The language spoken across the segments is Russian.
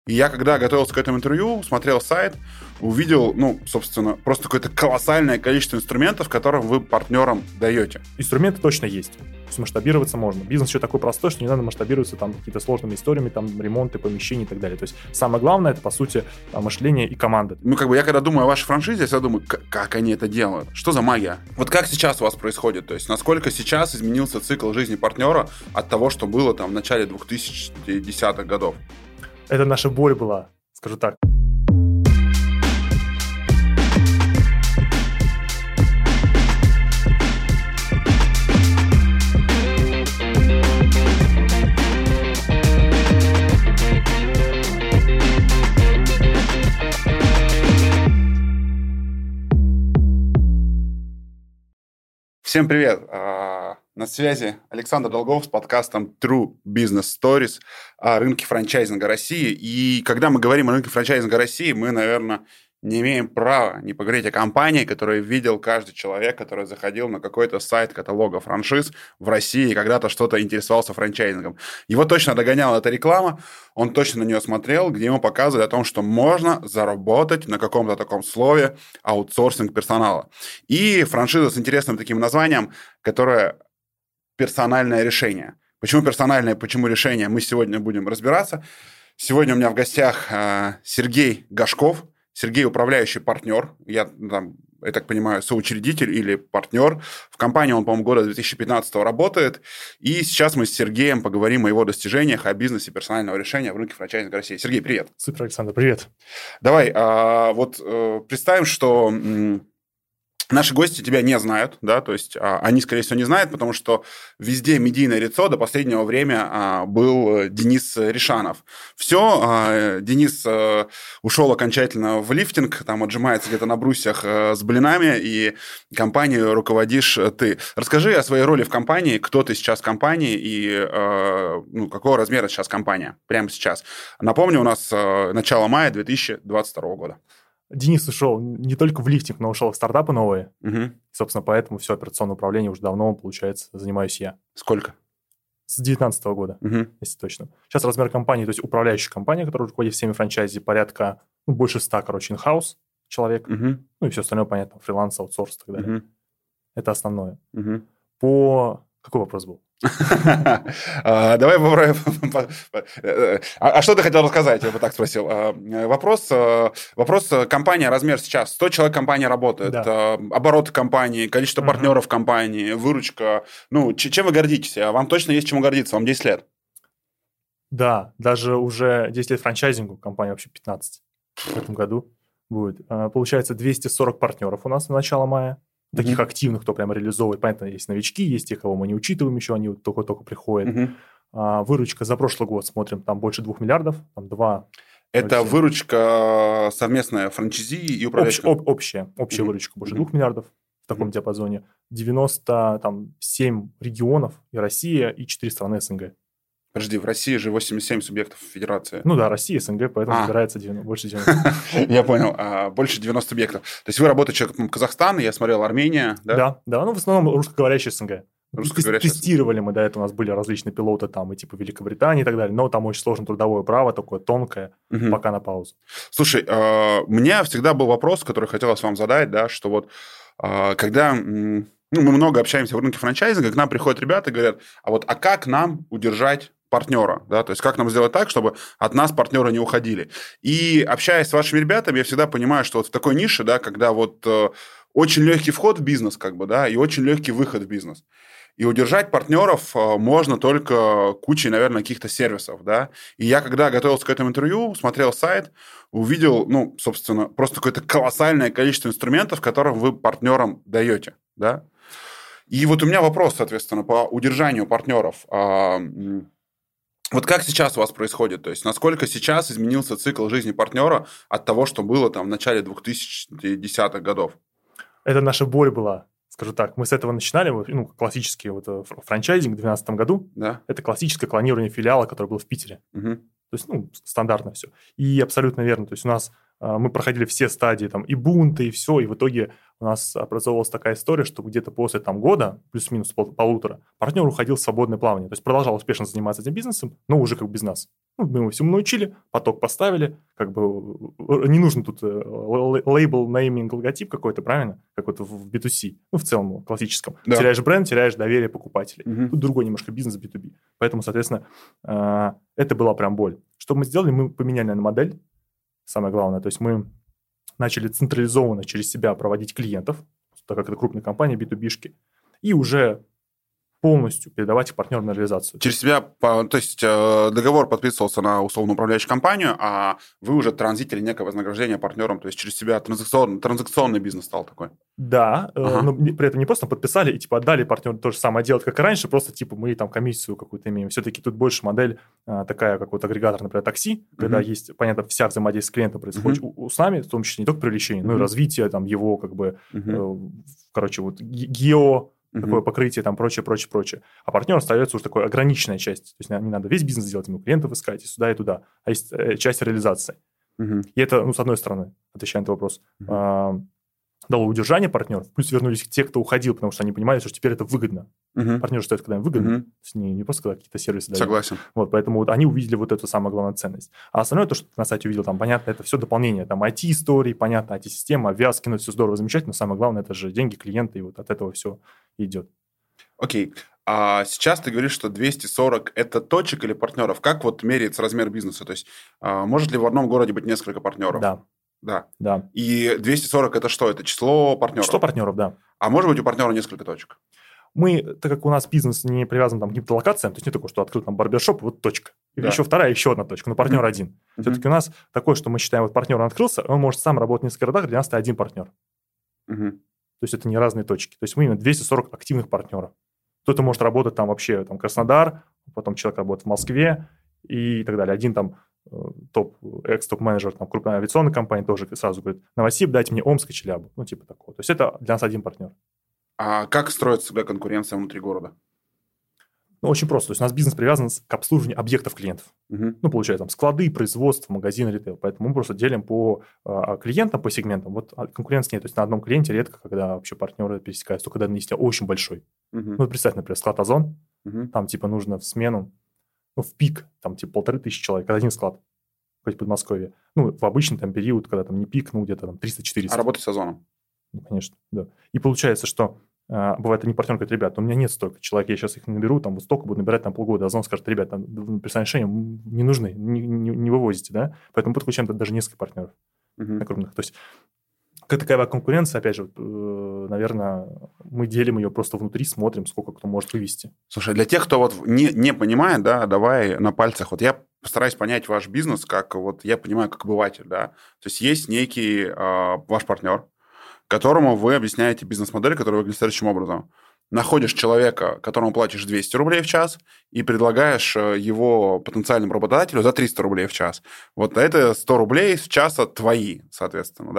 И я, когда готовился к этому интервью, смотрел сайт, увидел, собственно, просто какое-то колоссальное количество инструментов, которые вы партнерам даете. Инструменты точно есть. То есть масштабироваться можно. Бизнес еще такой простой, что не надо масштабироваться там какими-то сложными историями, там ремонты, помещений и так далее. То есть самое главное, это, по сути, мышление и команда. Я когда думаю о вашей франшизе, я всегда думаю, как они это делают? Что за магия? Вот как сейчас у вас происходит? То есть насколько сейчас изменился цикл жизни партнера от того, что было там в начале 2010-х годов? Это наша боль была, скажу так. Всем привет! На связи Александр Долгов с подкастом True Business Stories о рынке франчайзинга России. И когда мы говорим о рынке франчайзинга России, мы, наверное, не имеем права не поговорить о компании, которую видел каждый человек, который заходил на какой-то сайт каталога франшиз в России и когда-то что-то интересовался франчайзингом. Его точно догоняла эта реклама, он точно на нее смотрел, где ему показывали о том, что можно заработать на каком-то таком слове аутсорсинг персонала. И франшиза с интересным таким названием, которое персональное решение. Почему персональное, почему решение, мы сегодня будем разбираться. Сегодня у меня в гостях Сергей Гашков. Сергей – управляющий партнер, я так понимаю, соучредитель или партнер. В компании он, по-моему, года 2015 работает. И сейчас мы с Сергеем поговорим о его достижениях, о бизнесе персонального решения в рынке франчайзинга России. Сергей, привет. Супер, Александр, привет. Давай, представим, что наши гости тебя не знают, да, то есть они, скорее всего, не знают, потому что везде медийное лицо до последнего времени был Денис Ришанов. Все, Денис ушел окончательно в лифтинг, там отжимается где-то на брусьях с блинами, и компанию руководишь ты. Расскажи о своей роли в компании, кто ты сейчас в компании и какого размера сейчас компания прямо сейчас. Напомню, у нас начало мая 2022 года. Денис ушел не только в лифтинг, но ушел в стартапы новые. Угу. Собственно, поэтому все операционное управление уже давно, получается, занимаюсь я. Сколько? С 2019 года, если точно. Сейчас размер компании, то есть управляющая компания, которая руководит всеми франчайзи, порядка, больше 100, инхаус человек. И все остальное, понятно, фриланс, аутсорс и так далее. Это основное. Какой вопрос был? Давай попробуем. А что ты хотел рассказать? Я бы так спросил. Вопрос компания, размер сейчас. 100 человек компания работает. Да. Обороты компании, количество партнеров компании, выручка. Чем вы гордитесь? Вам точно есть чему гордиться? Вам 10 лет. Да, даже уже 10 лет франчайзингу, компания вообще 15 в этом году будет. Получается, 240 партнеров у нас на начало мая. Таких активных, кто прямо реализовывает. Понятно, есть новички, есть те, кого мы не учитываем еще, они только-только приходят. Выручка за прошлый год, смотрим, там больше 2 миллиардов, там 2... Это выручка совместная франчайзи и управляющая? Общая выручка больше 2 миллиардов в таком диапазоне. 97 регионов, и Россия, и 4 страны СНГ. Подожди, в России же 87 субъектов федерации. Россия, СНГ, поэтому собирается больше 90. Я понял, больше 90 субъектов. То есть вы работаете Казахстан, я смотрел, Армения, да? Да, в основном русскоговорящий СНГ. Тестировали мы до этого, у нас были различные пилоты там, и типа Великобритании и так далее, но там очень сложное трудовое право, такое тонкое, пока на паузу. Слушай, у меня всегда был вопрос, который хотелось вам задать, да, что вот когда... мы много общаемся в рынке франчайзинга, к нам приходят ребята и говорят, а как нам удержать партнера, да, то есть как нам сделать так, чтобы от нас партнеры не уходили. И общаясь с вашими ребятами, я всегда понимаю, что вот в такой нише, да, когда очень легкий вход в бизнес, и очень легкий выход в бизнес. И удержать партнеров можно только кучей, наверное, каких-то сервисов, да. И я, когда готовился к этому интервью, смотрел сайт, увидел, собственно, просто какое-то колоссальное количество инструментов, которые вы партнерам даете, да. И вот у меня вопрос, соответственно, по удержанию партнеров. Вот как сейчас у вас происходит? То есть насколько сейчас изменился цикл жизни партнера от того, что было там в начале 2010-х годов? Это наша боль была, скажу так. Мы с этого начинали, классический франчайзинг в 2012 году. Да. Это классическое клонирование филиала, которое было в Питере. То есть, стандартно все. И абсолютно верно. То есть у нас мы проходили все стадии, там, и бунты, и все, и в итоге у нас образовалась такая история, что где-то после там года, плюс-минус полутора, партнер уходил в свободное плавание, то есть продолжал успешно заниматься этим бизнесом, но уже как без нас. Ну, мы его всему научили, поток поставили, как бы не нужно тут лейбл, нейминг, логотип какой-то, правильно? Как вот в B2C, ну, в целом классическом. Да. Теряешь бренд, теряешь доверие покупателей. Тут другой немножко бизнес B2B. Поэтому, соответственно, это была прям боль. Что мы сделали? Мы поменяли, наверное, модель, самое главное. То есть мы начали централизованно через себя проводить клиентов, так как это крупные компании, B2B-шки, и уже полностью передавать их партнерам на реализацию. Через себя, то есть договор подписывался на условно-управляющую компанию, а вы уже транзитили некое вознаграждение партнерам, то есть через себя транзакционный бизнес стал такой. Да, но при этом не просто подписали и типа отдали партнеру то же самое делать, как и раньше, просто типа мы там комиссию какую-то имеем. Все-таки тут больше модель такая, как вот агрегатор, например, такси, когда есть, понятно, вся взаимодействие с клиентом происходит с нами, в том числе не только привлечение, но и развитие там его как бы, короче, вот гео, такое покрытие, там, прочее. А партнер остается уже такой ограниченная часть. То есть не надо весь бизнес делать, ему клиентов искать и сюда, и туда. А есть часть реализации. И это, ну, с одной стороны, отвечая на этот вопрос, дало удержание партнеров, плюс вернулись те, кто уходил, потому что они понимали, что теперь это выгодно. Партнеры стоят, когда им выгодно, то есть не просто когда какие-то сервисы дают. Согласен. Вот, поэтому вот они увидели вот эту самую главную ценность. А остальное, то, что ты на сайте увидел, там, понятно, это все дополнение, там, IT-истории, понятно, IT-система, обвязки, ну, это все здорово, замечательно, но самое главное, это же деньги, клиенты, и вот от этого все идет. Окей. А сейчас ты говоришь, что 240 – это точек или партнеров? Как вот меряется размер бизнеса? То есть может ли в одном городе быть несколько партнеров? Да. И 240 – это что? Это число партнеров? Число партнеров, да. А может быть у партнера несколько точек? Мы, так как у нас бизнес не привязан там, к каким-то локациям, то есть не такое, что открыл там барбершоп, вот точка. Или еще вторая, еще одна точка, но партнер один. Все-таки у нас такое, что мы считаем, вот партнер открылся, он может сам работать в нескольких городах, где у нас один партнер. То есть это не разные точки. То есть мы именно 240 активных партнеров. Кто-то может работать там вообще, там Краснодар, потом человек работает в Москве и так далее. Один там экс-топ-менеджер там, крупной авиационной компании тоже сразу говорит: Новосиб, дайте мне Омск и Челябу. Ну, типа такого. То есть это для нас один партнер. А как строится всегда конкуренция внутри города? Ну, очень просто. То есть у нас бизнес привязан к обслуживанию объектов клиентов. Ну, получается, там склады, производство, магазины, ритейл. Поэтому мы просто делим по клиентам, по сегментам. Вот конкуренции нет. То есть на одном клиенте редко, когда вообще партнеры пересекаются, только когда если очень большой. Ну, представь, например, склад Озон. Там типа нужно в смену, ну, в пик, там типа 1500 человек, один склад. Хоть в Подмосковье. Ну, в обычный там период, когда там не пик, ну, где-то там 300-400. А работать с Озоном? Ну, конечно, да. И получается, что бывает, они партнеры говорят: ребят, у меня нет столько человек, я сейчас их наберу, там вот столько буду набирать там полгода. Озон скажет: ребят, там персональные решения не нужны, не вывозите, да? Поэтому подключаем даже несколько партнеров крупных. То есть такая конкуренция, опять же, наверное, мы делим ее просто внутри, смотрим, сколько кто может вывести. Слушай, для тех, кто вот не понимает, да, давай на пальцах. Вот я постараюсь понять ваш бизнес, как вот я понимаю, как обыватель, да. То есть есть некий ваш партнер, которому вы объясняете бизнес-модель, которая выглядит следующим образом. Находишь человека, которому платишь 200 рублей в час, и предлагаешь его потенциальному работодателю за 300 рублей в час. Вот это 100 рублей в час твои, соответственно,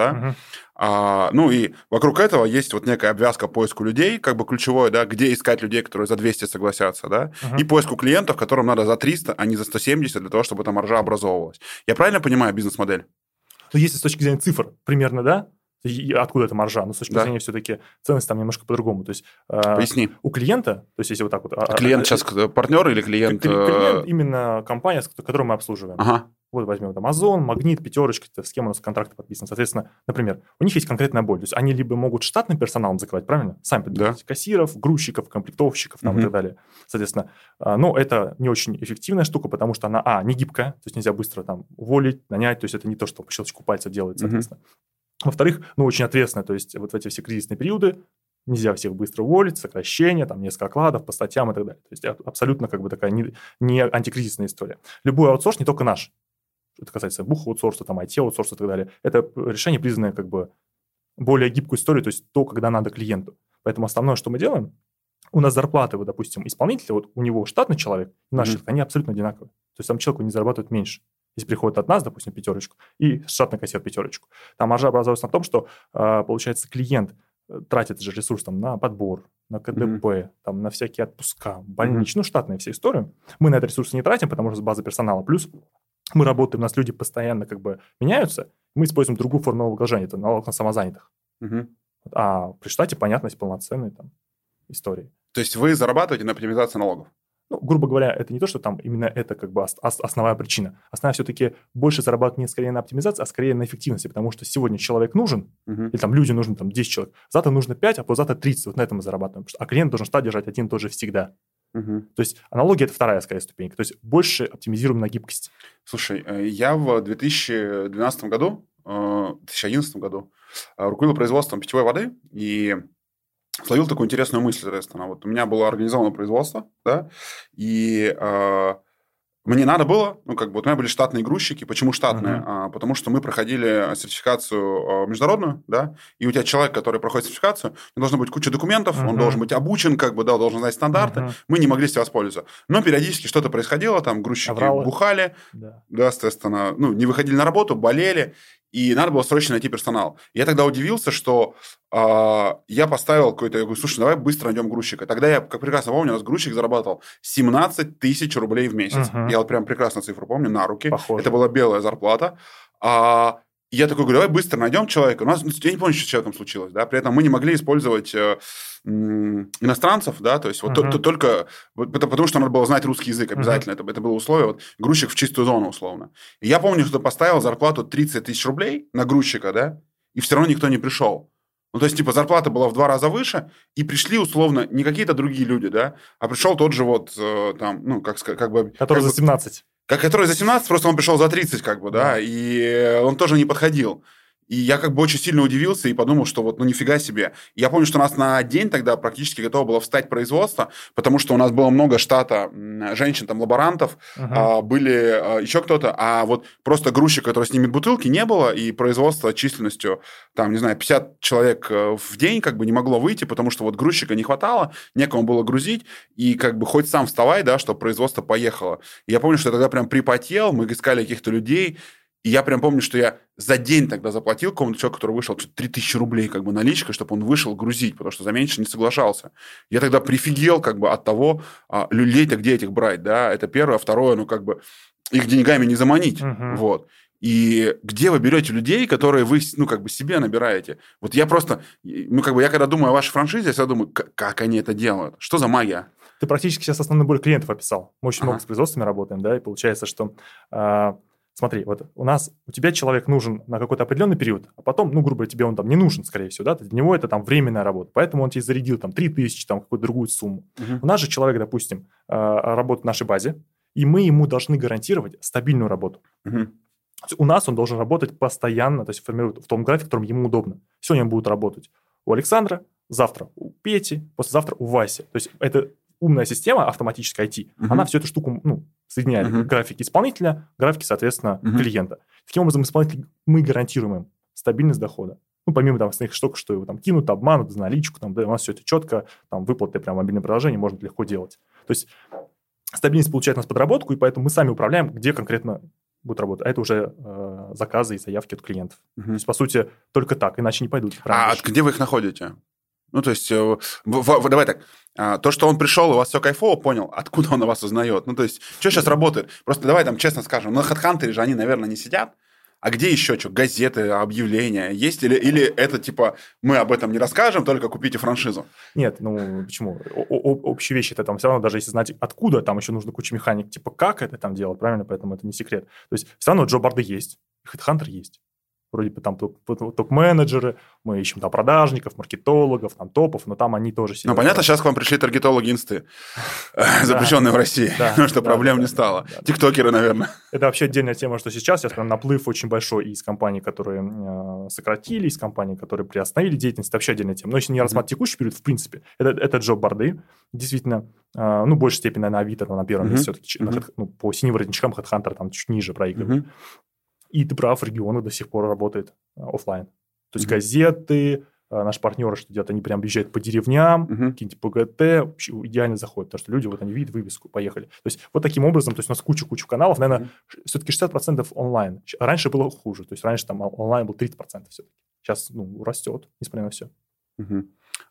да? Ну и вокруг этого есть вот некая обвязка поиску людей, как бы ключевое, да, где искать людей, которые за 200 согласятся, да, и поиску клиентов, которым надо за 300, а не за 170, для того, чтобы там маржа образовывалась. Я правильно понимаю бизнес-модель? Ну, если с точки зрения цифр, примерно, да? И откуда эта маржа? Но с точки зрения все-таки ценность там немножко по-другому. То есть поясни. У клиента, то есть если вот так вот... Клиент сейчас партнер или клиент? Клиент именно компания, которую мы обслуживаем. Вот возьмем там Озон, Магнит, Пятерочка, с кем у нас контракты подписаны. Соответственно, например, у них есть конкретная боль. То есть они либо могут штатным персоналом закрывать, правильно? Сами подбирать кассиров, грузчиков, комплектовщиков там, и так далее. Соответственно, но это не очень эффективная штука, потому что она, не гибкая, то есть нельзя быстро там уволить, нанять, то есть это не то, что по щелчку пальца делается, соответственно. Во-вторых, очень ответственно, то есть вот в эти все кризисные периоды нельзя всех быстро уволить, сокращения, там несколько окладов по статьям и так далее. То есть абсолютно как бы такая не антикризисная история. Любой аутсорс, не только наш, это касается бух-аутсорса, там IT-аутсорса и так далее, это решение, признанное как бы более гибкую историю, то есть то, когда надо клиенту. Поэтому основное, что мы делаем, у нас зарплаты, вот, допустим, исполнителя, вот у него штатный человек, наш человек, они абсолютно одинаковые. То есть там человеку не зарабатывает меньше. Если приходит от нас, допустим, 5, и штатный кассир 5. Там маржа образуется на том, что, получается, клиент тратит же ресурс там, на подбор, на КДП, там, на всякие отпуска, больничные, штатные все истории. Мы на этот ресурс не тратим, потому что с базы персонала. Плюс Мы работаем, у нас люди постоянно как бы меняются, мы используем другую форму налогообложения, это налог на самозанятых. А при штате, понятно, есть полноценные там истории. То есть вы зарабатываете на оптимизации налогов? Ну, грубо говоря, это не то, что там именно это как бы основная причина. Основная все-таки больше зарабатывать не скорее на оптимизации, а скорее на эффективности, потому что сегодня человек нужен, или там люди нужны, там 10 человек, завтра нужно 5, а завтра 30, вот на этом мы зарабатываем. А клиент должен штат держать один и тот же всегда. То есть аналогия – это вторая, скорее, ступенька. То есть больше оптимизируем на гибкость. Слушай, я в 2012 году, 2011 году руководил производством питьевой воды и словил такую интересную мысль, соответственно. Вот у меня было организовано производство, да, и мне надо было, вот у меня были штатные грузчики. Почему штатные? Потому что мы проходили сертификацию международную, да, и у тебя человек, который проходит сертификацию, должна быть куча документов, он должен быть обучен, должен знать стандарты. Мы не могли с этим воспользоваться. Но периодически что-то происходило, там грузчики бухали, да, соответственно, не выходили на работу, болели, и надо было срочно найти персонал. Я тогда удивился, что я поставил какой-то... Я говорю, слушай, давай быстро найдем грузчика. Тогда я, как прекрасно помню, у нас грузчик зарабатывал 17 тысяч рублей в месяц. Я вот прям прекрасно цифру помню, на руки. Похоже. Это была белая зарплата. Я такой говорю, давай быстро найдем человека. Я не помню, что с человеком случилось. Да? При этом мы не могли использовать иностранцев, да, то есть только... Потому что надо было знать русский язык обязательно. Это было условие. Грузчик в чистую зону, условно. И я помню, что поставил зарплату 30 тысяч рублей на грузчика, да, и все равно никто не пришел. То есть, зарплата была в 2 раза выше, и пришли, условно, не какие-то другие люди, да, а пришел тот же Который за 17. Который за 17, просто он пришел за 30, да, и он тоже не подходил. И я очень сильно удивился и подумал, что нифига себе. Я помню, что у нас на день тогда практически готово было встать производство, потому что у нас было много штата женщин, там, лаборантов, были еще кто-то, а просто грузчик, который снимет бутылки, не было, и производство численностью, там, не знаю, 50 человек в день не могло выйти, потому что грузчика не хватало, некому было грузить, и хоть сам вставай, да, чтобы производство поехало. И я помню, что я тогда прям припотел, мы искали каких-то людей. И я прям помню, что я за день тогда заплатил какому-то человеку, который вышел, 3000 рублей наличкой, чтобы он вышел грузить, потому что за меньше не соглашался. Я тогда прифигел от того, людей-то где этих брать, да, это первое. А второе, их деньгами не заманить, вот. И где вы берете людей, которые вы, себе набираете? Я просто, я когда думаю о вашей франшизе, я всегда думаю, как они это делают? Что за магия? Ты практически сейчас основную боль клиентов описал. Мы очень много с производствами работаем, да, и получается, что... Смотри, у тебя человек нужен на какой-то определенный период, а потом, грубо говоря, тебе он там не нужен, скорее всего, да, для него это там временная работа, поэтому он тебе зарядил там 3000, там какую-то другую сумму. У нас же человек, допустим, работает в нашей базе, и мы ему должны гарантировать стабильную работу. У нас он должен работать постоянно, то есть формирует в том графике, в котором ему удобно. Сегодня он будет работать у Александра, завтра у Пети, послезавтра у Васи. То есть это умная система, автоматическая IT, она всю эту штуку соединяет. Графики исполнителя, графики, соответственно, клиента. Таким образом, мы гарантируем им стабильность дохода. Помимо там основных штук, что его там кинут, обманут, за наличку, там, да, у нас все это четко, там, выплаты прям мобильное приложение можно легко делать. То есть стабильность получает у нас подработку, и поэтому мы сами управляем, где конкретно будет работать. А это уже заказы и заявки от клиентов. То есть, по сути, только так, иначе не пойдут. Где вы их находите? То есть, давай так, то, что он пришел, у вас все кайфово, понял, откуда он о вас узнает? То есть, что сейчас работает? Просто давай там честно скажем, на HeadHunter же они, наверное, не сидят. А где еще что? Газеты, объявления есть? Или это мы об этом не расскажем, только купите франшизу? Нет, почему? Общие вещи это там все равно, даже если знать откуда, там еще нужно куча механик, как это там делать, правильно? Поэтому это не секрет. То есть все равно джоб-борды есть, HeadHunter есть. Вроде бы там топ-менеджеры, мы ищем там продажников, маркетологов, там топов, но там они тоже сидят. Понятно, сейчас к вам пришли таргетологи инсты, запрещенные в России, потому что проблем не стало. Тиктокеры, наверное. Это вообще отдельная тема, что сейчас прям наплыв очень большой из компаний, которые сократили, из компаний, которые приостановили деятельность, это вообще отдельная тема. Но если не рассматривать текущий период, в принципе, это джоб-борды, действительно, в большей степени, наверное, Авито на первом месте все-таки, по синим воротничкам HeadHunter там чуть ниже проигрывает. И ты прав, регионы до сих пор работают офлайн. То есть газеты, наши партнеры, что делают, они прям объезжают по деревням, какие-нибудь ПГТ, вообще идеально заходят, потому что люди, они видят вывеску, поехали. То есть таким образом, то есть у нас куча каналов, наверное, все-таки 60% онлайн. Раньше было хуже, то есть раньше там онлайн был 30% все-таки. Сейчас, растет, несмотря на все.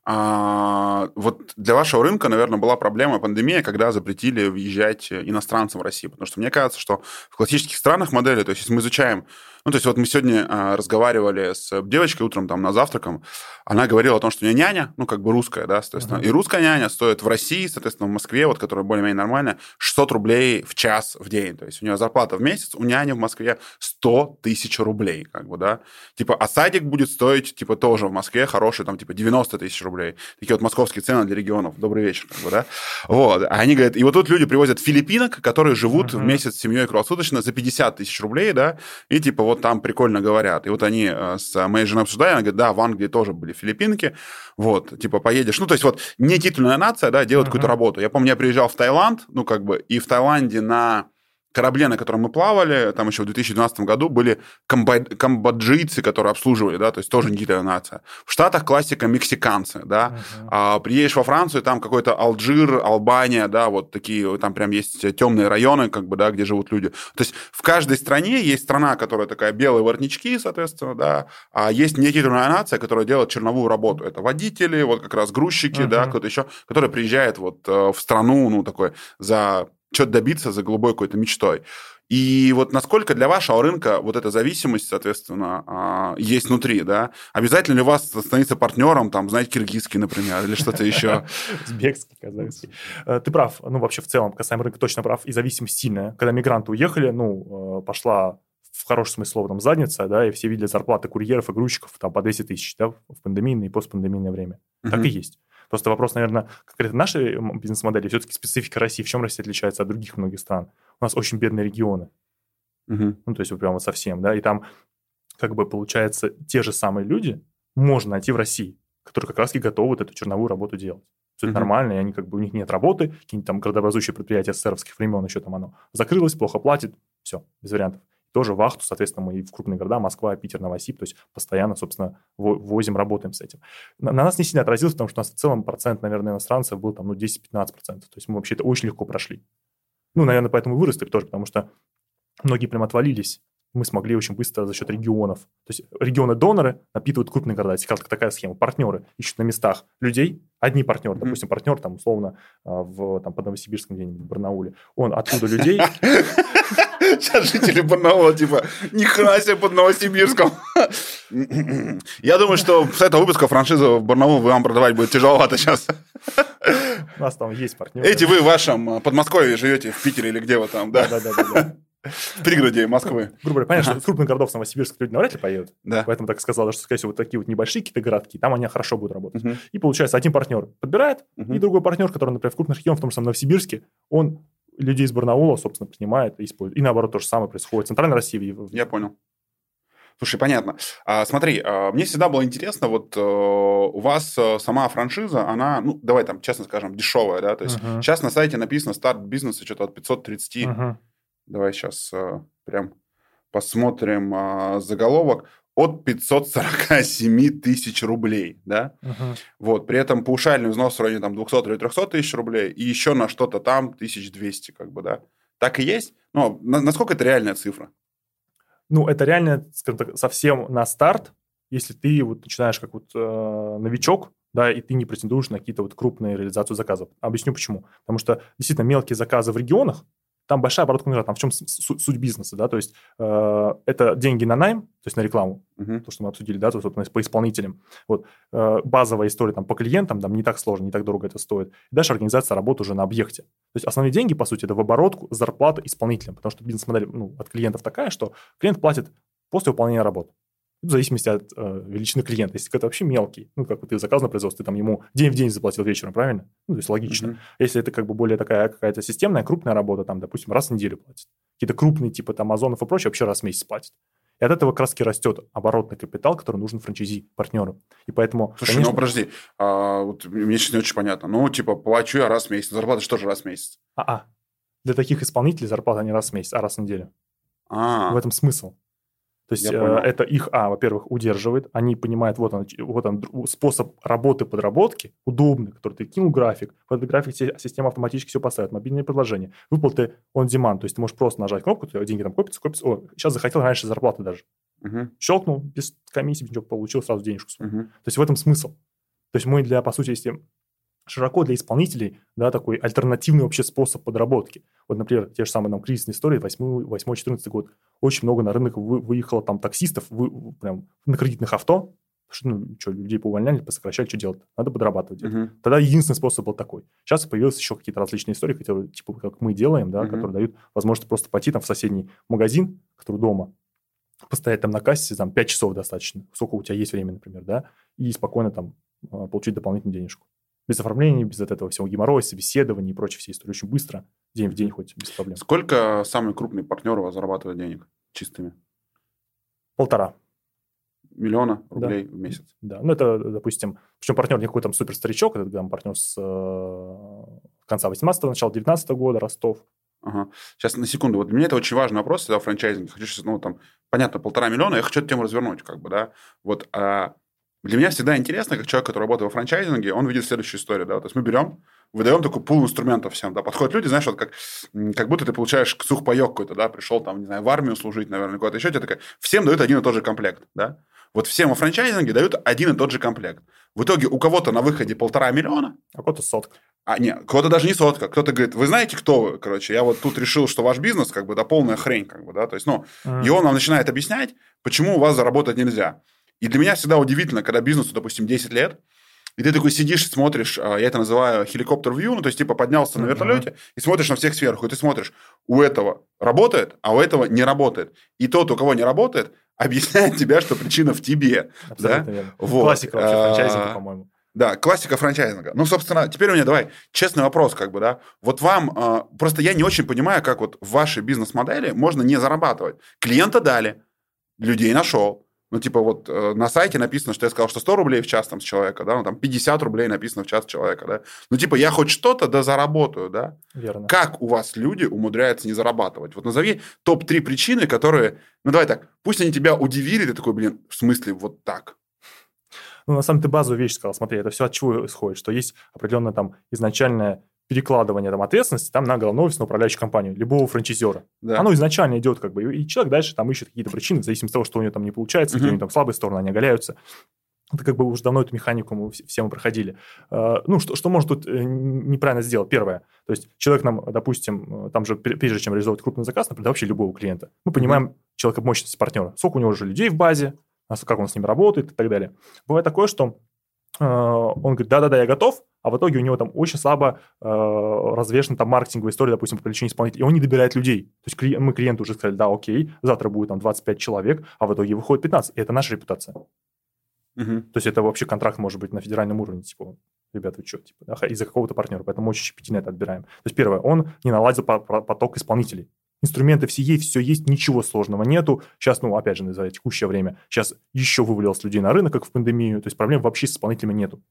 вот для вашего рынка, наверное, была проблема пандемия, когда запретили въезжать иностранцам в Россию. Потому что мне кажется, что в классических странах модели, то есть если мы изучаем... Ну, то есть вот мы сегодня разговаривали с девочкой утром там на завтраком, она говорила о том, что у нее няня, ну, как бы русская, да, соответственно, и русская няня стоит в России, соответственно, в Москве, вот, которая более-менее нормальная, 600 рублей в час в день. То есть у нее зарплата в месяц, у няни в Москве 100 тысяч рублей, как бы, да. Типа, а садик будет стоить, типа, тоже в Москве хороший, там, типа, 90 тысяч рублей. Такие вот московские цены для регионов. Добрый вечер, как бы, да. Вот. А они говорят, и вот тут люди привозят филиппинок, которые живут в месяц с семьей круглосуточно за 50 тысяч рублей, да, и, типа, вот там прикольно говорят. И вот они с моей женой обсуждали, она говорит, да, в Англии тоже были филиппинки, вот, типа, поедешь. Ну, то есть вот не титульная нация, да, делает какую-то работу. Я помню, я приезжал в Таиланд, ну, как бы, и в Таиланде на корабле, на котором мы плавали, там еще в 2012 году были камбоджийцы, которые обслуживали, да, то есть тоже не титульная нация. В Штатах классика мексиканцы, да. Приедешь во Францию, там какой-то Алжир, Албания, да, вот такие, там прям есть темные районы, как бы, да, где живут люди. То есть в каждой стране есть страна, которая такая белые воротнички, соответственно, да, а есть нетитульная нация, которая делает черновую работу. Это водители, вот как раз грузчики, да, кто-то еще, который приезжает вот в страну, ну, такой за... что-то добиться за голубой какой-то мечтой. И вот насколько для вашего рынка вот эта зависимость, соответственно, есть внутри, да? Обязательно ли у вас становиться партнером, там, знаете, киргизский, например, или что-то еще? Узбекский, казахский. Ты прав. Ну, вообще, в целом, касаемо рынка, точно прав. И зависимость сильная. Когда мигранты уехали, ну, пошла в хорошем смысле слова там задница, да, и все видели зарплаты курьеров и грузчиков там по 200 тысяч, да, в пандемийное и постпандемийное время. Так и есть. Просто вопрос, наверное, конкретно нашей бизнес-модели, все-таки специфика России. В чем Россия отличается от других многих стран? У нас очень бедные регионы. Ну, то есть, вот прям вот совсем, да, и там, как бы, получается, те же самые люди можно найти в России, которые как раз и готовы вот эту черновую работу делать. Все это нормально, и они, как бы, у них нет работы, какие-нибудь там городообразующие предприятия СССРовских времен, еще там оно закрылось, плохо платит, все, без вариантов. Тоже вахту, соответственно, мы и в крупные города, Москва, Питер, Новосиб, то есть постоянно, собственно, возим, работаем с этим. На нас не сильно отразилось, потому что у нас в целом процент, наверное, иностранцев был там, ну, 10-15%. То есть мы вообще это очень легко прошли. Ну, наверное, поэтому выросли тоже, потому что многие прям отвалились. Мы смогли очень быстро за счет регионов. То есть регионы-доноры напитывают крупные города. Есть как такая схема. Партнеры ищут на местах людей. Одни партнеры, допустим, партнер там условно там, под Новосибирском где-нибудь, в Барнауле. Он оттуда людей... Сейчас жители Барнаула, типа, ни хрена себе под Новосибирском. Я думаю, что с этого выпуска франшизу в Барнаул вам продавать будет тяжеловато сейчас. У нас там есть партнеры. Эти вы в вашем Подмосковье живете, в Питере или где вы там, да? Да. В пригороде Москвы. Грубо говоря, понятно, что с крупных городов в Новосибирск люди навряд ли поедут. Да. Поэтому так сказал, что, скорее всего, вот такие вот небольшие какие-то городки, там они хорошо будут работать. И получается, один партнер подбирает, и другой партнер, который, например, в крупных регионах, в том же самом Новосибирске, он людей из Барнаула, собственно, принимает и использует. И наоборот, то же самое происходит в Центральной России. Я понял. Слушай, понятно. Смотри, мне всегда было интересно, вот у вас сама франшиза, она, ну, давай там, честно скажем, дешевая, да? То есть сейчас на сайте написано старт бизнеса что-то от 530. Давай сейчас прям посмотрим заголовок. От 547 тысяч рублей, да? Вот, при этом паушальный взнос в районе там 200 или 300 тысяч рублей, и еще на что-то там 1200, как бы, да? Так и есть? Ну, насколько это реальная цифра? Ну, это реально, скажем так, совсем на старт, если ты вот начинаешь как вот новичок, да, и ты не претендуешь на какие-то вот крупные реализацию заказов. Объясню почему. Потому что действительно мелкие заказы в регионах, там большая оборотка контракта, там в чем суть бизнеса, да, то есть это деньги на найм, то есть на рекламу, то, что мы обсудили, да, то есть по исполнителям. Вот, базовая история там по клиентам, там не так сложно, не так дорого это стоит. И дальше организация работы уже на объекте. То есть основные деньги, по сути, это в оборотку, зарплата исполнителям, потому что бизнес-модель от клиентов такая, что клиент платит после выполнения работы. В зависимости от величины клиента. Если это вообще мелкий, ну, как вот ты заказ на производство, ты там ему день в день заплатил вечером, правильно? Ну, то есть логично. Если это как бы более такая какая-то системная, крупная работа, там, допустим, раз в неделю платит. Какие-то крупные, типа там Озонов и прочее, вообще раз в месяц платит. И от этого как раз растет оборотный капитал, который нужен франчайзи, партнеру. И поэтому... Слушай, конечно... ну, подожди, вот мне сейчас не очень понятно. Ну, типа, плачу я раз в месяц, зарплата что же раз в месяц? Для таких исполнителей зарплата не раз в месяц, а раз в неделю. В этом смысл. То есть это их, во-первых, удерживает, они понимают, вот он способ работы подработки, удобный, который ты кинул график, в этот график система автоматически все поставит, мобильные предложения, выплаты on demand, то есть ты можешь просто нажать кнопку, деньги там копятся, сейчас захотел раньше зарплаты даже. Щелкнул, без комиссии, ничего получил, сразу денежку свою. То есть в этом смысл. То есть мы по сути, если широко для исполнителей, да, такой альтернативный вообще способ подработки. Вот, например, те же самые нам кризисные истории, 8-14 год, очень много на рынок выехало там таксистов прям на кредитных авто, потому что, людей поувольняли, посокращали, что делать? Надо подрабатывать. Тогда единственный способ был такой. Сейчас появились еще какие-то различные истории, которые, типа, как мы делаем, да, которые дают возможность просто пойти там в соседний магазин, который дома, постоять там на кассе, там 5 часов достаточно, сколько у тебя есть время, например, да, и спокойно там получить дополнительную денежку. Без оформления, без этого всего геморроя, собеседований и прочей всей истории. Очень быстро, день в день хоть, без проблем. Сколько самый крупный партнер у вас зарабатывает денег чистыми? 1,5 миллиона рублей в месяц. Да, ну это, допустим, причем партнер не какой-то там суперстаричок, это там партнер с конца 18-го, начала 19-го года, Ростов. Ага. Сейчас на секунду. Вот для меня это очень важный вопрос, да, франчайзинг. Хочу сейчас, там, понятно, 1,5 миллиона, я хочу эту тему развернуть, как бы, да. Вот, для меня всегда интересно, как человек, который работает во франчайзинге, он видит следующую историю, да. То есть мы берем, выдаем такой пул инструментов всем, да. Подходят люди, знаешь, вот как будто ты получаешь сухпайок какой-то, да, пришел там, не знаю, в армию служить, наверное, куда-то еще, тебе такая, всем дают один и тот же комплект, да. Вот всем во франчайзинге дают один и тот же комплект. В итоге у кого-то на выходе 1,5 миллиона. А у кого-то 100. Нет, кого-то даже не 100. Кто-то говорит, вы знаете, кто вы? Короче, я вот тут решил, что ваш бизнес, как бы, да, полная хрень, как бы, да. То есть, и он нам начинает объяснять, почему у вас заработать нельзя. И для меня всегда удивительно, когда бизнесу, допустим, 10 лет, и ты такой сидишь, смотришь, я это называю хеликоптер-вью, ну, то есть, типа, поднялся на вертолете и смотришь на всех сверху, и ты смотришь, у этого работает, а у этого не работает. И тот, у кого не работает, объясняет тебе, что причина в тебе. Абсолютно верно. Вот. Классика вообще франчайзинга, по-моему. Да, классика франчайзинга. Ну, собственно, теперь у меня, давай, честный вопрос, как бы, да. Вот вам, просто я не очень понимаю, как вот в вашей бизнес-модели можно не зарабатывать. Клиента дали, людей нашел. Ну, типа, вот на сайте написано, что я сказал, что 100 рублей в час там с человека, да, ну, там 50 рублей написано в час человека, да. Ну, типа, я хоть что-то да заработаю, да. Верно. Как у вас люди умудряются не зарабатывать? Вот назови топ-3 причины, которые, ну, давай так, пусть они тебя удивили, ты такой, блин, в смысле вот так? Ну, на самом деле, ты базовую вещь сказал. Смотри, это все от чего исходит? Что есть определенное там изначальное перекладывание там ответственности там на головной офис, на управляющую компанию, любого франчайзера. Да. Оно изначально идет как бы, и человек дальше там ищет какие-то причины, в зависимости от того, что у него там не получается, где у него там слабые стороны, они оголяются. Это как бы уже давно эту механику мы все проходили. Ну, что можно тут неправильно сделать? Первое. То есть человек нам, допустим, там же прежде чем реализовывать крупный заказ, например, вообще любого клиента, мы понимаем человека мощности партнера. Сколько у него уже людей в базе, как он с ними работает и так далее. Бывает такое, что он говорит, да-да-да, я готов, а в итоге у него там очень слабо развешена там маркетинговая история, допустим, по привлечению исполнителей, и он не добирает людей. То есть мы клиенту уже сказали, да, окей, завтра будет там 25 человек, а в итоге выходит 15, и это наша репутация. То есть это вообще контракт может быть на федеральном уровне, типа, ребята, вы что, типа, из-за какого-то партнера, поэтому очень щепетильно это отбираем. То есть первое, он не наладил поток исполнителей. Инструменты все есть, ничего сложного нету. Сейчас, ну, опять же, за текущее время, сейчас еще вывалилось людей на рынок, как в пандемию, то есть проблем вообще с исполнителями нету.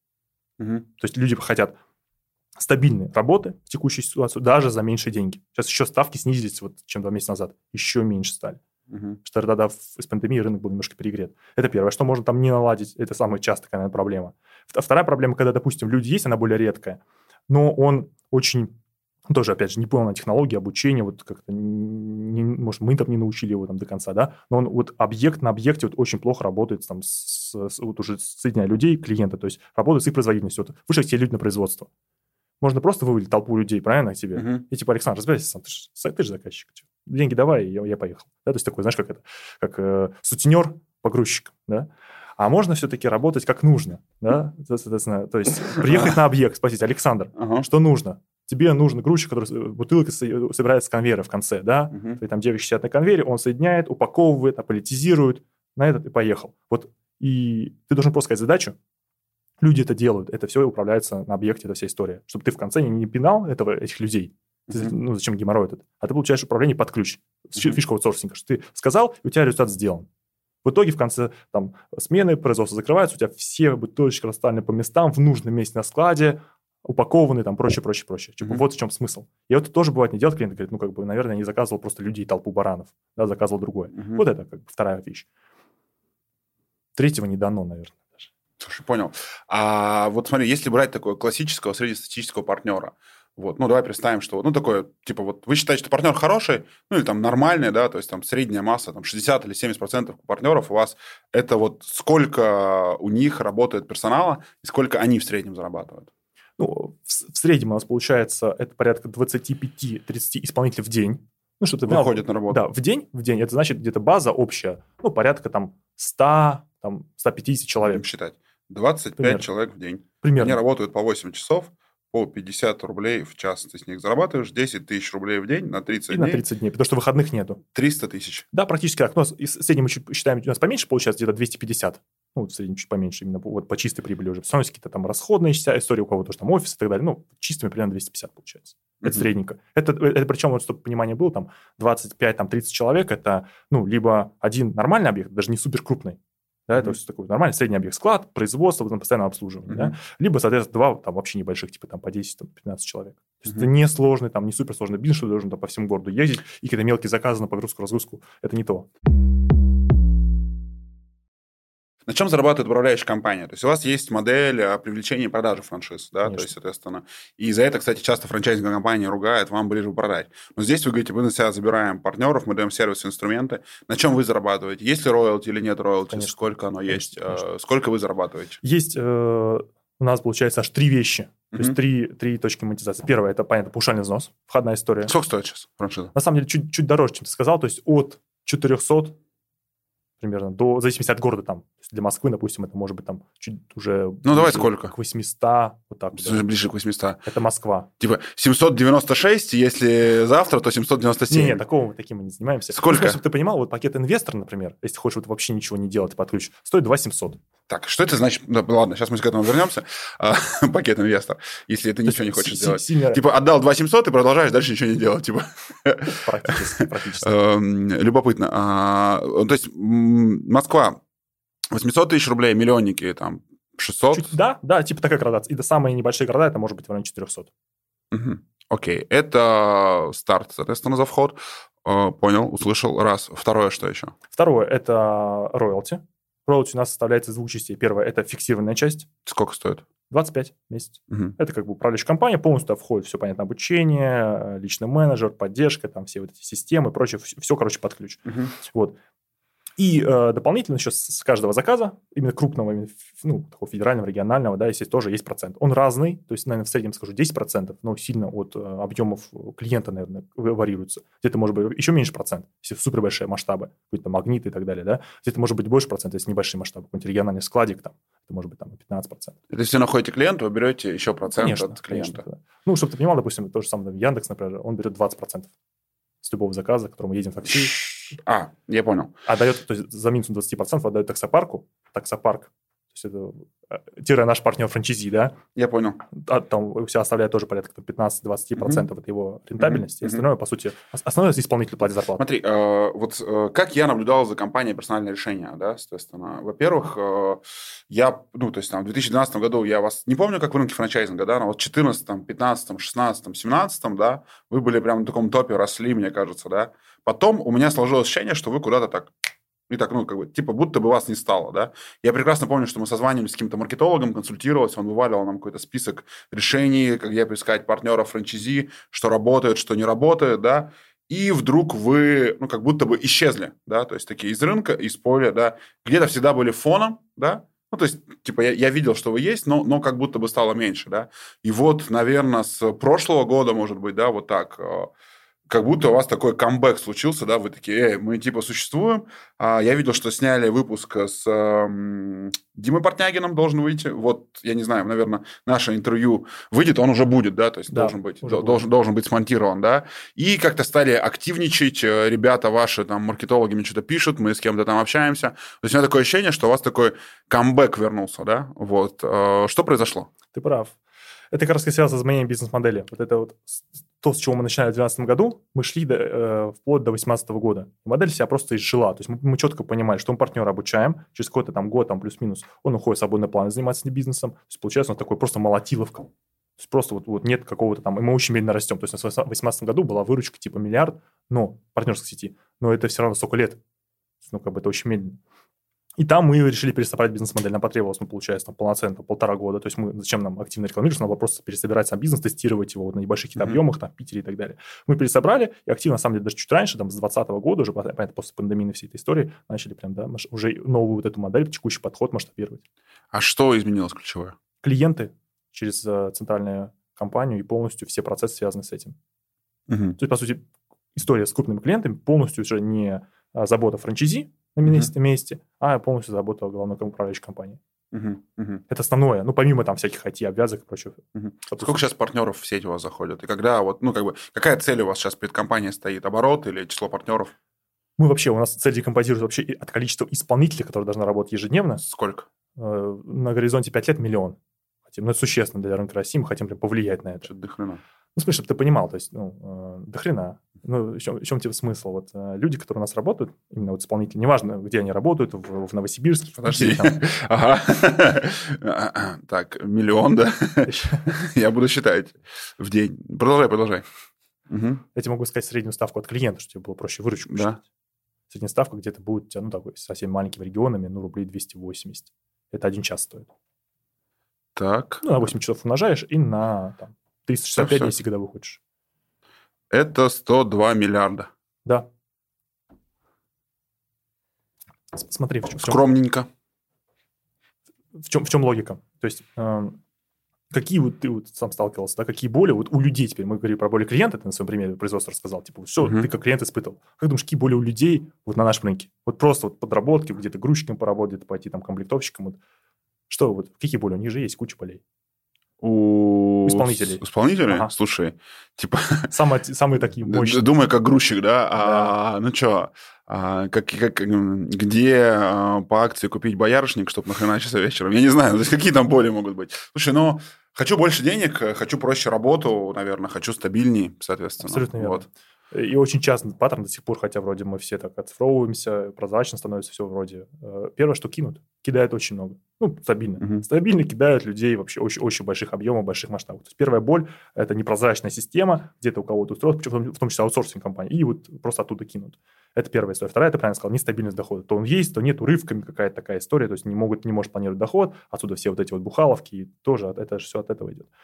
То есть люди хотят стабильной работы в текущей ситуации даже за меньшие деньги. Сейчас еще ставки снизились, вот, чем 2 месяца назад, еще меньше стали. Что тогда с пандемией рынок был немножко перегрет. Это первое, что можно там не наладить, это самая частая, наверное, проблема. Вторая проблема, когда, допустим, люди есть, она более редкая, но он очень... Тоже, опять же, не понял на технологии, обучения, вот как-то, может, мы там не научили его там до конца, да, но он вот объект на объекте вот очень плохо работает там вот уже соединяя людей, клиента, то есть работает с их производительностью. Вот вышли те люди на производство. Можно просто вывалить толпу людей, правильно, к тебе? И типа, Александр, разбирайся сам, ты же заказчик. Деньги давай, я поехал. Да, то есть такой, знаешь, как сутенер, погрузчик, да. А можно все-таки работать как нужно, да, соответственно, то есть приехать на объект, спросить, Александр, что нужно? Тебе нужен грузчик, который бутылка собирается с конвейера в конце, да? И там девочки сидят на конвейере, он соединяет, упаковывает, аполитизирует, на этот и поехал. Вот, и ты должен просто сказать задачу, люди это делают, это все управляется на объекте, эта вся история. Чтобы ты в конце не пинал этих людей, ну, зачем геморрой этот, а ты получаешь управление под ключ. Фишка аутсорсинга, что ты сказал, и у тебя результат сделан. В итоге в конце там смены производства закрываются, у тебя все бутылочки расставлены по местам, в нужном месте на складе, упакованы, там, прочее. Типа, вот в чем смысл. И вот это тоже бывает не делать, клиент говорит, ну, как бы, наверное, я не заказывал просто людей, толпу баранов, да, заказывал другое. Вот это как бы вторая вещь. Третьего не дано, наверное, даже. Слушай, понял. А вот смотри, если брать такого классического среднестатистического партнера, Вот, ну, давай представим, что, ну, такое, типа, вот вы считаете, что партнер хороший, ну, или там нормальный, да, то есть там средняя масса, там 60 или 70% партнеров у вас, это вот сколько у них работает персонала и сколько они в среднем зарабатывают? Ну, в среднем у нас получается это порядка 25-30 исполнителей в день. Ну, что ты выходит на работу. Да, в день. Это значит где-то база общая, ну, порядка там 100, там 150 человек. Будем считать. 25 Примерно. человек в день. Примерно. Они работают по 8 часов, по 50 рублей в час. Ты с них зарабатываешь 10 тысяч рублей в день на 30 дней. На 30 дней, потому что выходных нету. 300 тысяч. Да, практически так. Но в среднем мы считаем, у нас поменьше получается, где-то 250. Ну, в среднем чуть поменьше, именно вот по чистой прибыли уже. Все равно есть какие-то там расходные истории, у кого-то там офис и так далее. Ну, чистыми примерно 250 получается. Это средненько. Это причем, вот, чтобы понимание было, там 25-30 человек, это, ну, либо один нормальный объект, даже не супер крупный, да, это такой нормальный средний объект, склад, производство, там, постоянное обслуживание, да, либо, соответственно, два там вообще небольших, типа там по 10-15 человек. То есть это не сложный, там, не суперсложный бизнес, что ты должен там по всему городу ездить, и какие-то мелкие заказы на погрузку-разгрузку, это не то. На чем зарабатывает управляющая компания? То есть у вас есть модель привлечения и продажи франшиз, да, Конечно. то есть, соответственно, и за это, кстати, часто франчайзинговая компания ругает, вам ближе продать. Но здесь вы говорите, мы на себя забираем партнеров, мы даем сервис, инструменты. На чем вы зарабатываете? Есть ли роялти или нет роялти? Конечно. Сколько оно есть? Конечно. Сколько вы зарабатываете? Есть у нас, получается, аж 3 вещи. То есть три точки монетизации. Первое, это, понятно, паушальный взнос, входная история. Сколько стоит сейчас франшиза? На самом деле, чуть дороже, чем ты сказал, то есть от 400 примерно, в зависимости от города там. То есть для Москвы, допустим, это может быть там чуть уже... Ну, давай сколько? К 800, вот так. Да. Ближе к 800. Это Москва. Типа 796, если завтра, то 797. Нет, таким мы не занимаемся. Сколько? Ну, чтобы ты понимал, вот пакет инвестор, например, если хочешь вот вообще ничего не делать под ключ, стоит 2700. Так, что это значит? Да, ладно, сейчас мы к этому вернемся. Пакет инвестор, если ты ничего не хочешь делать. Типа отдал 2700 и продолжаешь дальше ничего не делать. Типа. Практически. Любопытно. То есть Москва 800 тысяч рублей, миллионники там 600? Да, типа такая градация. И до самые небольшие города это может быть в районе 400. Окей, это старт, соответственно, за вход. Понял, услышал. Раз. Второе, что еще? Второе, это роялти. Роялти у нас составляется из двух частей. Первое, это фиксированная часть. Сколько стоит? 25 в месяц. Это как бы управляющая компания, полностью туда входит все, понятно, обучение, личный менеджер, поддержка, там все вот эти системы и прочее, все, короче, под ключ. Вот. И дополнительно еще с каждого заказа, именно крупного, ну, такого федерального, регионального, да, если тоже есть процент. Он разный, то есть, наверное, в среднем скажу 10%, но сильно от объемов клиента, наверное, варьируется. Где-то может быть еще меньше процент, если супер большие масштабы, какие-то магниты и так далее, да. Где-то может быть больше процентов, если небольшие масштабы, какой-нибудь региональный складик там, это может быть там 15%. То есть, если находите клиента, вы берете еще процент конечно, от клиента. Конечно, да. Ну, чтобы ты понимал, допустим, то же самое Яндекс, например, он берет 20% с любого заказа, к которому мы едем в такси. Я понял. А дает, то есть за минусом 20% отдает таксопарку. Таксопарк, то есть это наш партнер франчайзи, да? Я понял. Там у себя оставляет тоже порядка 15-20% от его рентабельности. И остальное, по сути, основное исполнитель платит зарплату. Смотри, вот как я наблюдал за компанией «Персональное решение», да, соответственно, во-первых, я, ну, то есть там в 2012 году я вас не помню, как в рынке франчайзинга, да, но вот в 2014, 2015, 2016, 2017, да, вы были прямо на таком топе, росли, мне кажется, да. Потом у меня сложилось ощущение, что вы куда-то так... И так, ну, как бы, типа, будто бы вас не стало, да. Я прекрасно помню, что мы созванивались с каким-то маркетологом, консультировались, он вываливал нам какой-то список решений, где поискать партнеров франчайзи, что работает, что не работает, да. И вдруг вы, ну, как будто бы исчезли, да, то есть такие из рынка, из поля, да, где-то всегда были фоном, да. Ну, то есть, типа, я видел, что вы есть, но как будто бы стало меньше, да. И вот, наверное, с прошлого года, может быть, да, вот так... Как будто у вас такой камбэк случился, да, вы такие, мы типа существуем. Я видел, что сняли выпуск с Димой Портнягиным, должен выйти. Вот, я не знаю, наверное, наше интервью выйдет, он уже будет, да, то есть да, должен быть смонтирован, да. И как-то стали активничать, ребята ваши, там, маркетологи мне что-то пишут, мы с кем-то там общаемся. То есть у меня такое ощущение, что у вас такой камбэк вернулся, да, вот. Что произошло? Ты прав. Это как раз связано с изменением бизнес-модели. Вот это вот то, с чего мы начинали в 2012 году, мы шли вплоть до 2018 года. Модель себя просто изжила. То есть мы четко понимали, что мы партнера обучаем, через какой-то там год, там плюс-минус, он уходит в свободный план и занимается бизнесом. То есть получается он такой просто молотиловка. То есть просто вот нет какого-то там, и мы очень медленно растем. То есть в 2018 году была выручка типа миллиард, но партнерской сети, но это все равно столько лет. Ну, как бы это очень медленно. И там мы решили пересобрать бизнес-модель. Нам потребовалось, получается, полноценно 1,5 года. То есть зачем нам активно рекламироваться, надо было просто пересобирать сам бизнес, тестировать его на небольших каких-то объемах, там, в Питере и так далее. Мы пересобрали, и активно, на самом деле, даже чуть раньше, там, с 2020 года, уже, понятно, после пандемии всей этой истории, начали прям, да, уже новую вот эту модель, текущий подход масштабировать. А что изменилось ключевое? Клиенты через центральную компанию и полностью все процессы связаны с этим. То есть, по сути, история с крупными клиентами полностью уже не забота франчайзи на месте, а полностью забота главной управляющей компании. Это основное. Помимо там всяких IT-обвязок и прочего. Сколько сейчас партнеров в сеть у вас заходят? И когда какая цель у вас сейчас перед компанией стоит? Оборот или число партнеров? У нас цель декомпозируется вообще от количества исполнителей, которые должны работать ежедневно. Сколько? На горизонте 5 лет 1 миллион. Но это существенно для рынка России, мы хотим прям повлиять на это. Что-то до хрена. В смысле, чтобы ты понимал, то есть, до хрена. В чем типа смысл? Люди, которые у нас работают, именно исполнители, неважно, где они работают, в Новосибирске. Подожди. Ага. Так, 1 миллион, да? Я буду считать в день. Продолжай. Я тебе могу сказать среднюю ставку от клиента, чтобы тебе было проще выручку считать. Средняя ставка где-то будет, такой, со всеми маленькими регионами, рублей 280. Это 1 час стоит. Так. На 8 часов умножаешь и на 365 дней, если годовых хочешь. Это 102 миллиарда. Да. Смотри, в чем... Скромненько. В чем логика? То есть, какие ты сам сталкивался, да, какие боли у людей теперь, мы говорим про боли клиента, ты на своем примере производства рассказал, что ты как клиент испытывал. Как думаешь, какие боли у людей на нашем рынке? Просто подработки, где-то грузчиком поработать, где-то пойти комплектовщиком. Какие боли? У них же есть куча болей. У исполнителей. Исполнителей? Ага. Слушай, типа... Самые такие мощные. Думаю, как грузчик, да? Где по акции купить боярышник, чтобы нахреначиться вечером? Я не знаю, то есть какие там боли могут быть? Слушай, хочу больше денег, хочу проще работу, наверное, хочу стабильней, соответственно. Абсолютно верно. И очень часто паттерн до сих пор, хотя вроде мы все так оцифровываемся, прозрачно становится все вроде. Первое, что кидают очень много. Стабильно. Стабильно кидают людей вообще очень больших объемов, больших масштабов. То есть первая боль – это непрозрачная система, где-то у кого-то устроят, причем в том числе аутсорсинг компании, и просто оттуда кинут. Это первая история. Вторая, ты правильно сказал, нестабильность дохода. То он есть, то нет, урывками какая-то такая история, то есть не может планировать доход, отсюда все эти бухаловки, и тоже это же все от этого идет.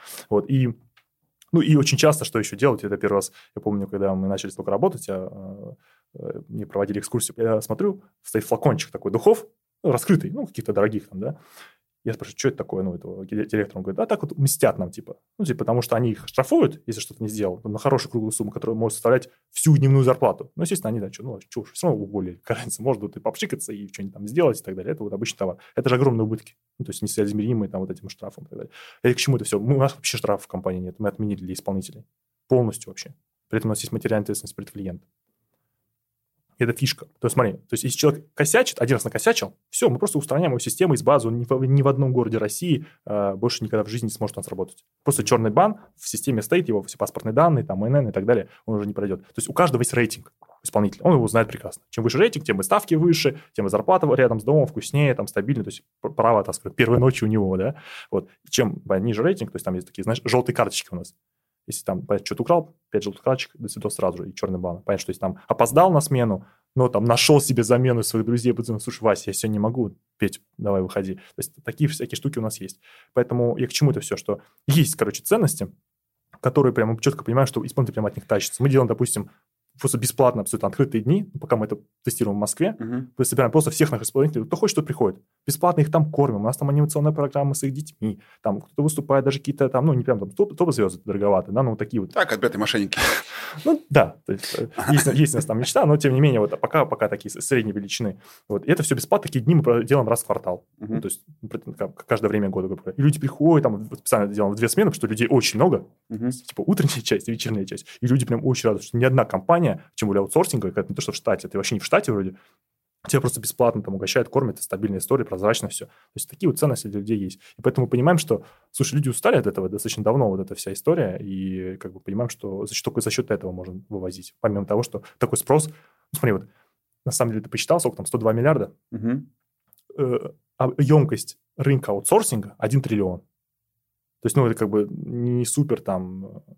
И очень часто, что еще делать, это первый раз, я помню, когда мы начали только работать, мне проводили экскурсию, я смотрю, стоит флакончик такой духов, раскрытый, каких-то дорогих там, да. Я спрашиваю, что это такое, этого директора, он говорит, так мстят нам, потому что они их штрафуют, если что-то не сделал, на хорошую круглую сумму, которая может составлять всю дневную зарплату. Естественно, они, все равно уволили, какая разница, может и попшикаться, и что-нибудь там сделать, и так далее. Это обычный товар. Это же огромные убытки, то есть несоизмеримые этим штрафом, и так далее. И к чему это все? У нас вообще штрафов в компании нет, мы отменили для исполнителей. Полностью вообще. При этом у нас есть материальная ответственность перед клиентом. Это фишка. То есть, смотри, если человек косячит, один раз накосячил, все, мы просто устраняем его систему из базы, он ни в одном городе России больше никогда в жизни не сможет у нас работать. Просто черный бан в системе стоит, его все паспортные данные, ИНН и так далее, он уже не пройдет. То есть у каждого есть рейтинг исполнителя, он его знает прекрасно. Чем выше рейтинг, тем и ставки выше, тем и зарплата рядом с домом вкуснее, стабильнее, то есть право, так сказать, первой ночи у него, да. Чем ниже рейтинг, то есть там есть такие, желтые карточки у нас. Если там что-то украл, 5 желтых карточек, до свидос сразу же, и черный бан. Понятно, что если там опоздал на смену, но нашел себе замену своих друзей, слушай, Вася, я сегодня не могу, Петь, давай выходи. То есть такие всякие штуки у нас есть. Поэтому я к чему это все, что есть, ценности, которые прямо мы четко понимаем, что исполнитель прямо от них тащится. Мы делаем, допустим, просто бесплатно, абсолютно открытые дни, пока мы это тестируем в Москве, мы собираем просто всех наших исполнителей, кто хочет, тот приходит. Бесплатно их там кормим, у нас там анимационная программа с их детьми, там кто-то выступает, даже какие-то не прям топ-звезды дороговатые, да, такие вот. Так, отбитые мошенники. Да, то есть у нас там мечта, но тем не менее, пока такие средней величины. И это все бесплатно, такие дни мы делаем раз в квартал, то есть каждое время года. И люди приходят, специально делаем в 2 смены, потому что людей очень много, утренняя часть и вечерняя часть, и люди прям очень рады, что ни одна компания, тем более аутсорсинговая, это не то, что в штате, ты вообще не в штате вроде, тебя просто бесплатно угощают, кормят, это стабильная история, прозрачно все. То есть такие ценности для людей есть. И поэтому мы понимаем, что, слушай, люди устали от этого достаточно давно, эта вся история, и понимаем, что только за счет этого можно вывозить. Помимо того, что такой спрос, смотри, на самом деле ты посчитал, сколько там, 102 миллиарда, а емкость рынка аутсорсинга 1 триллион. То есть, это не супер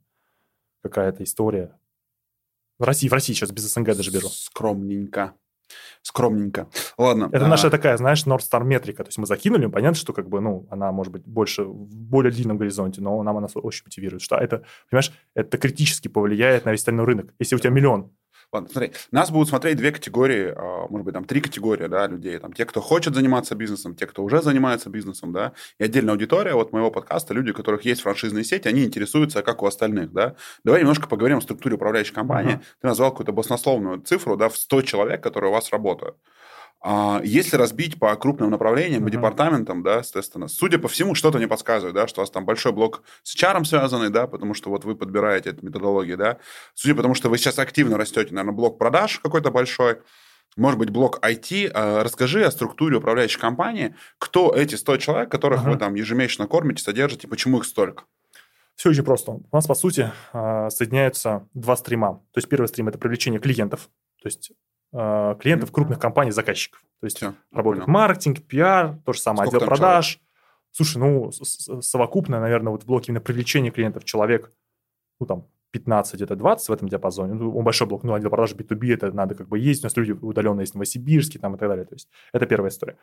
какая-то история. В России сейчас без СНГ даже беру. Скромненько. Скромненько. Ладно. Это наша такая, знаешь, North Star метрика. То есть мы закинули, понятно, что как бы, ну, она может быть больше, в более длинном горизонте, но нам она очень мотивирует, что это, понимаешь, это критически повлияет на весь остальной рынок. Если у тебя миллион. Ладно, смотри, нас будут смотреть две категории, может быть, там 3 категории, да, людей. Там те, кто хочет заниматься бизнесом, те, кто уже занимается бизнесом, да. И отдельная аудитория вот моего подкаста, люди, у которых есть франшизные сети, они интересуются, как у остальных, да. Давай немножко поговорим о структуре управляющей компании. Ты назвал какую-то баснословную цифру, да, в 100 человек, которые у вас работают. Если разбить по крупным направлениям, по департаментам, да, естественно, судя по всему, что-то мне подсказывает, да, что у вас там большой блок с HR связанный, да, потому что вот вы подбираете эту методологию, да. Судя по тому, что вы сейчас активно растете, наверное, блок продаж какой-то большой, может быть, блок IT. Расскажи о структуре управляющей компании, кто эти 100 человек, которых вы там ежемесячно кормите, содержите, почему их столько? Все очень просто. У нас, по сути, соединяются два стрима. То есть первый стрим – это привлечение клиентов, то есть клиентов крупных компаний, заказчиков. То есть работает маркетинг, пиар, то же самое, отдел продаж. Человек? Слушай, ну, совокупно, наверное, вот в блоке именно привлечения клиентов человек, ну, там, 15, где-то 20 в этом диапазоне. Ну, он большой блок, ну, отдел продаж B2B, это надо как бы ездить, у нас люди удаленно есть в Новосибирске там, и так далее. То есть это первая история.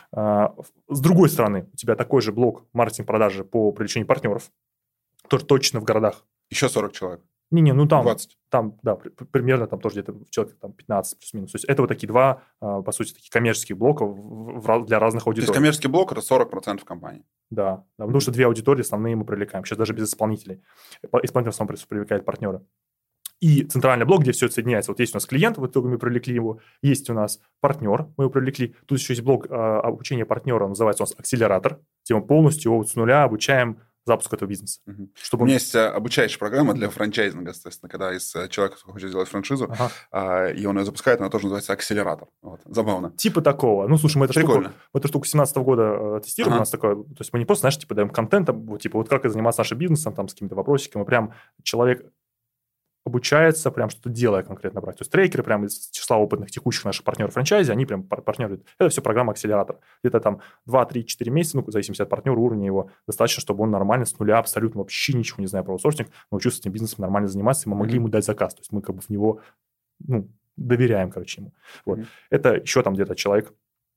С другой стороны, у тебя такой же блок маркетинг-продажи по привлечению партнеров, тоже точно в городах. Еще 40 человек. Не-не, ну там, 20. Там, да, примерно там тоже где-то человек там 15 плюс-минус. То есть это вот такие два, по сути, такие коммерческие блока для разных аудиторий. То есть коммерческий блок – это 40% компании. Да, потому что две аудитории основные мы привлекаем. Сейчас даже без исполнителей. Исполнитель сам привлекает партнера. И центральный блок, где все это соединяется. Вот есть у нас клиент, вот только мы привлекли его. Есть у нас партнер, мы его привлекли. Тут еще есть блок обучения партнера, называется у нас акселератор, где мы полностью его с нуля обучаем запуск этого бизнеса. Чтобы у меня есть обучающая программа для франчайзинга, естественно, когда есть человек, кто хочет сделать франшизу, и он ее запускает, она тоже называется акселератор. Вот. Забавно. Типа такого. Ну, слушай, мы эту штуку с 2017 года тестируем. У нас такое, то есть мы не просто, знаешь, типа даем контент, типа вот как заниматься нашим бизнесом, там, с какими-то вопросиками, прям человек обучается, прям что-то делая конкретно брать. То есть трекеры прям из числа опытных текущих наших партнеров франчайзи, они прям партнеры. Это все программа акселератор. Где-то там 2, 3, 4 месяца, ну, в зависимости от партнера, уровня его, достаточно, чтобы он нормально с нуля, абсолютно вообще ничего не зная про аутсорсинг, научился этим бизнесом нормально заниматься, и мы могли ему дать заказ. То есть мы как бы в него, ну, доверяем, короче, ему. Вот. Это еще там где-то человек,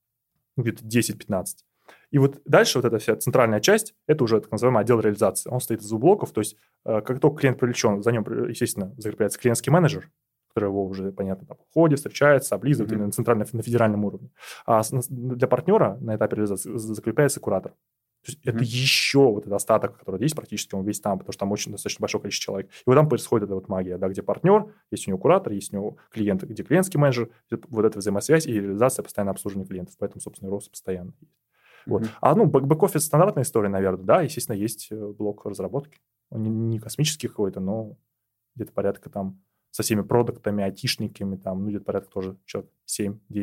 ну, где-то 10-15. И вот дальше вот эта вся центральная часть, это уже так называемый отдел реализации. Он стоит из двух блоков, то есть как только клиент привлечен, за ним, естественно, закрепляется клиентский менеджер, который его уже, понятно, там ходит, встречается, облизывает именно на федеральном уровне. А для партнера на этапе реализации закрепляется куратор. То есть это еще вот этот остаток, который есть практически, он весь там, потому что там очень достаточно большое количество человек. И вот там происходит эта вот магия, да, где партнер, есть у него куратор, есть у него клиент, где клиентский менеджер, вот эта взаимосвязь и реализация, постоянное обслуживание клиентов. Поэтому, собственно, рост постоянно есть. Вот. А ну, бэк-офис стандартная история, наверное, да, естественно, есть блок разработки. Он не космический какой-то, но где-то порядка там со всеми продуктами, айтишниками, там, ну, где-то порядка тоже человек 7-10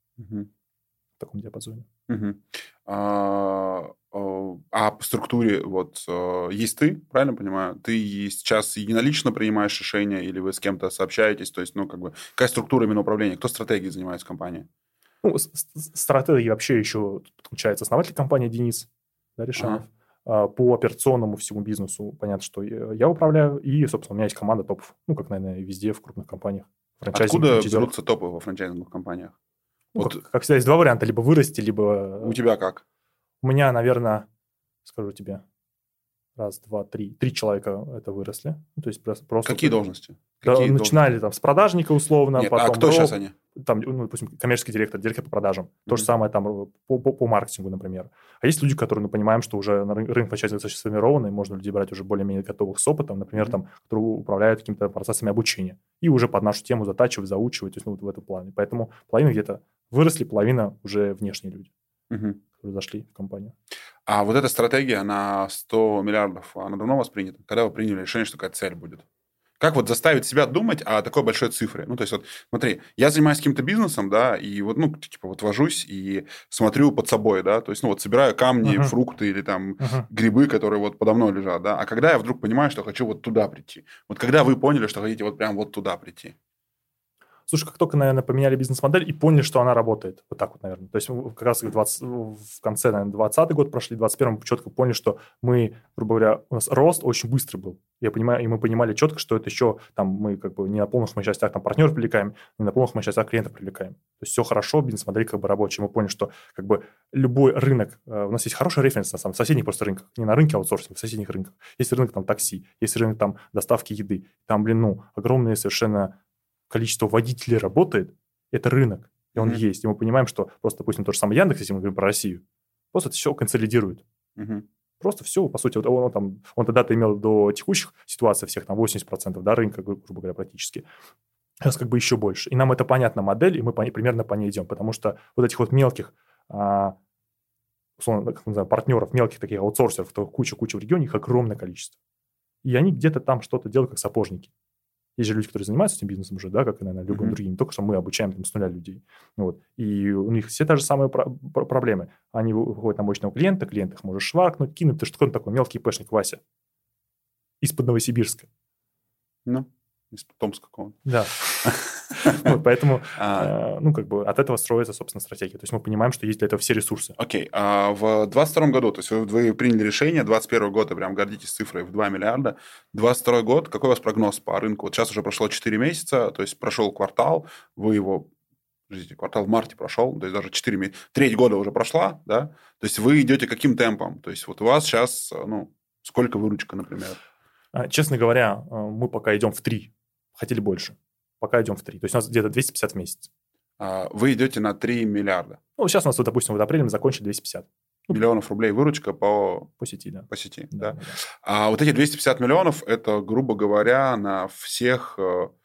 в таком диапазоне. А по структуре вот есть ты, правильно понимаю? Ты сейчас единолично принимаешь решения или вы с кем-то сообщаетесь? То есть, ну, как бы, какая структура именно управления? Кто стратегией занимается в компании? Ну, стратегией вообще еще получается основатель компании Денис, да, Решанов. По операционному всему бизнесу понятно, что я управляю, и, собственно, у меня есть команда топов. Ну, как, наверное, везде в крупных компаниях. Откуда берутся топы во франчайзинговых компаниях? Ну, вот. как всегда, есть два варианта. Либо вырасти, либо... У тебя как? У меня, наверное, скажу тебе, 1, 2, 3. 3 человека это выросли. Ну, то есть просто... Какие должности? Начинали там с продажника условно. Нет, потом кто сейчас они? Там, ну, допустим, коммерческий директор по продажам. То же самое там по маркетингу, например. А есть люди, которые, мы понимаем, что уже рынок франчайзинга достаточно сформированный, можно людей брать уже более-менее готовых с опытом, например, там, которые управляют какими-то процессами обучения. И уже под нашу тему затачивать, заучивать, то есть, ну, вот в этом плане. Поэтому половина где-то выросли, половина уже внешние люди, которые зашли в компанию. А вот эта стратегия на 100 миллиардов, она давно воспринята? Когда вы приняли решение, что такая цель будет? Как вот заставить себя думать о такой большой цифре? Ну, то есть, вот смотри, я занимаюсь каким-то бизнесом, да, и вот, ну, типа, вот вожусь и смотрю под собой, да, то есть, ну, вот собираю камни, фрукты или там грибы, которые вот подо мной лежат, да, а когда я вдруг понимаю, что хочу вот туда прийти? Вот когда вы поняли, что хотите вот прям вот туда прийти? Слушай, как только, наверное, поменяли бизнес-модель и поняли, что она работает. Вот так вот, наверное. То есть как раз в конце, наверное, 20-й год прошли, в 21-м мы четко поняли, что мы, грубо говоря, у нас рост очень быстрый был. Я понимаю, и мы понимали четко, что это еще там мы как бы не на полных мощностях там партнеров привлекаем, не на полных мощностях клиентов привлекаем. То есть все хорошо, бизнес-модель как бы рабочая. Мы поняли, что как бы любой рынок, у нас есть хороший референс на самом в соседних просто рынках, не на рынке аутсорсинга, в соседних рынках. Есть рынок там такси, есть рынок там доставки еды. Там, огромное совершенно количество водителей работает, это рынок, и он есть. И мы понимаем, что просто, допустим, то же самое Яндекс, если мы говорим про Россию, просто это все консолидирует. Просто все, по сути, он тогда-то имел до текущих ситуаций всех там 80%, да, рынка, грубо говоря, практически. Сейчас как бы еще больше. И нам это понятна модель, и мы примерно по ней идем, потому что вот этих вот мелких, условно, как называем, партнеров, мелких таких аутсорсеров, куча в регионе, их огромное количество. И они где-то там что-то делают, как сапожники. Есть же люди, которые занимаются этим бизнесом уже, да, как и, наверное, любым другим. Не только что мы обучаем там с нуля людей. Вот. И у них все та же самые проблемы. Они выходят на мощного клиента, клиент их может шваркнуть, кинуть. Ты что он такой мелкий пэшник Вася из-под Новосибирска. Ну, из-под Томска какого-то. Да. Поэтому, как бы от этого строится, собственно, стратегия. То есть мы понимаем, что есть для этого все ресурсы. Окей. А в 2022 году, то есть вы приняли решение, 2021 год, и прям гордитесь цифрой в 2 миллиарда. 2022 год, какой у вас прогноз по рынку? Вот сейчас уже прошло 4 месяца, то есть прошел квартал, вы его... квартал в марте прошел, то есть даже 4 месяца, треть года уже прошла, да? То есть вы идете каким темпом? То есть вот у вас сейчас, сколько выручка, например? Честно говоря, мы пока идем в 3, хотели больше. Пока идем в 3. То есть у нас где-то 250 в месяц. Вы идете на 3 миллиарда? Сейчас у нас, допустим, в апреле мы закончили 250. Миллионов рублей выручка по сети, да. По сети, да. А вот эти 250 миллионов, это, грубо говоря, на всех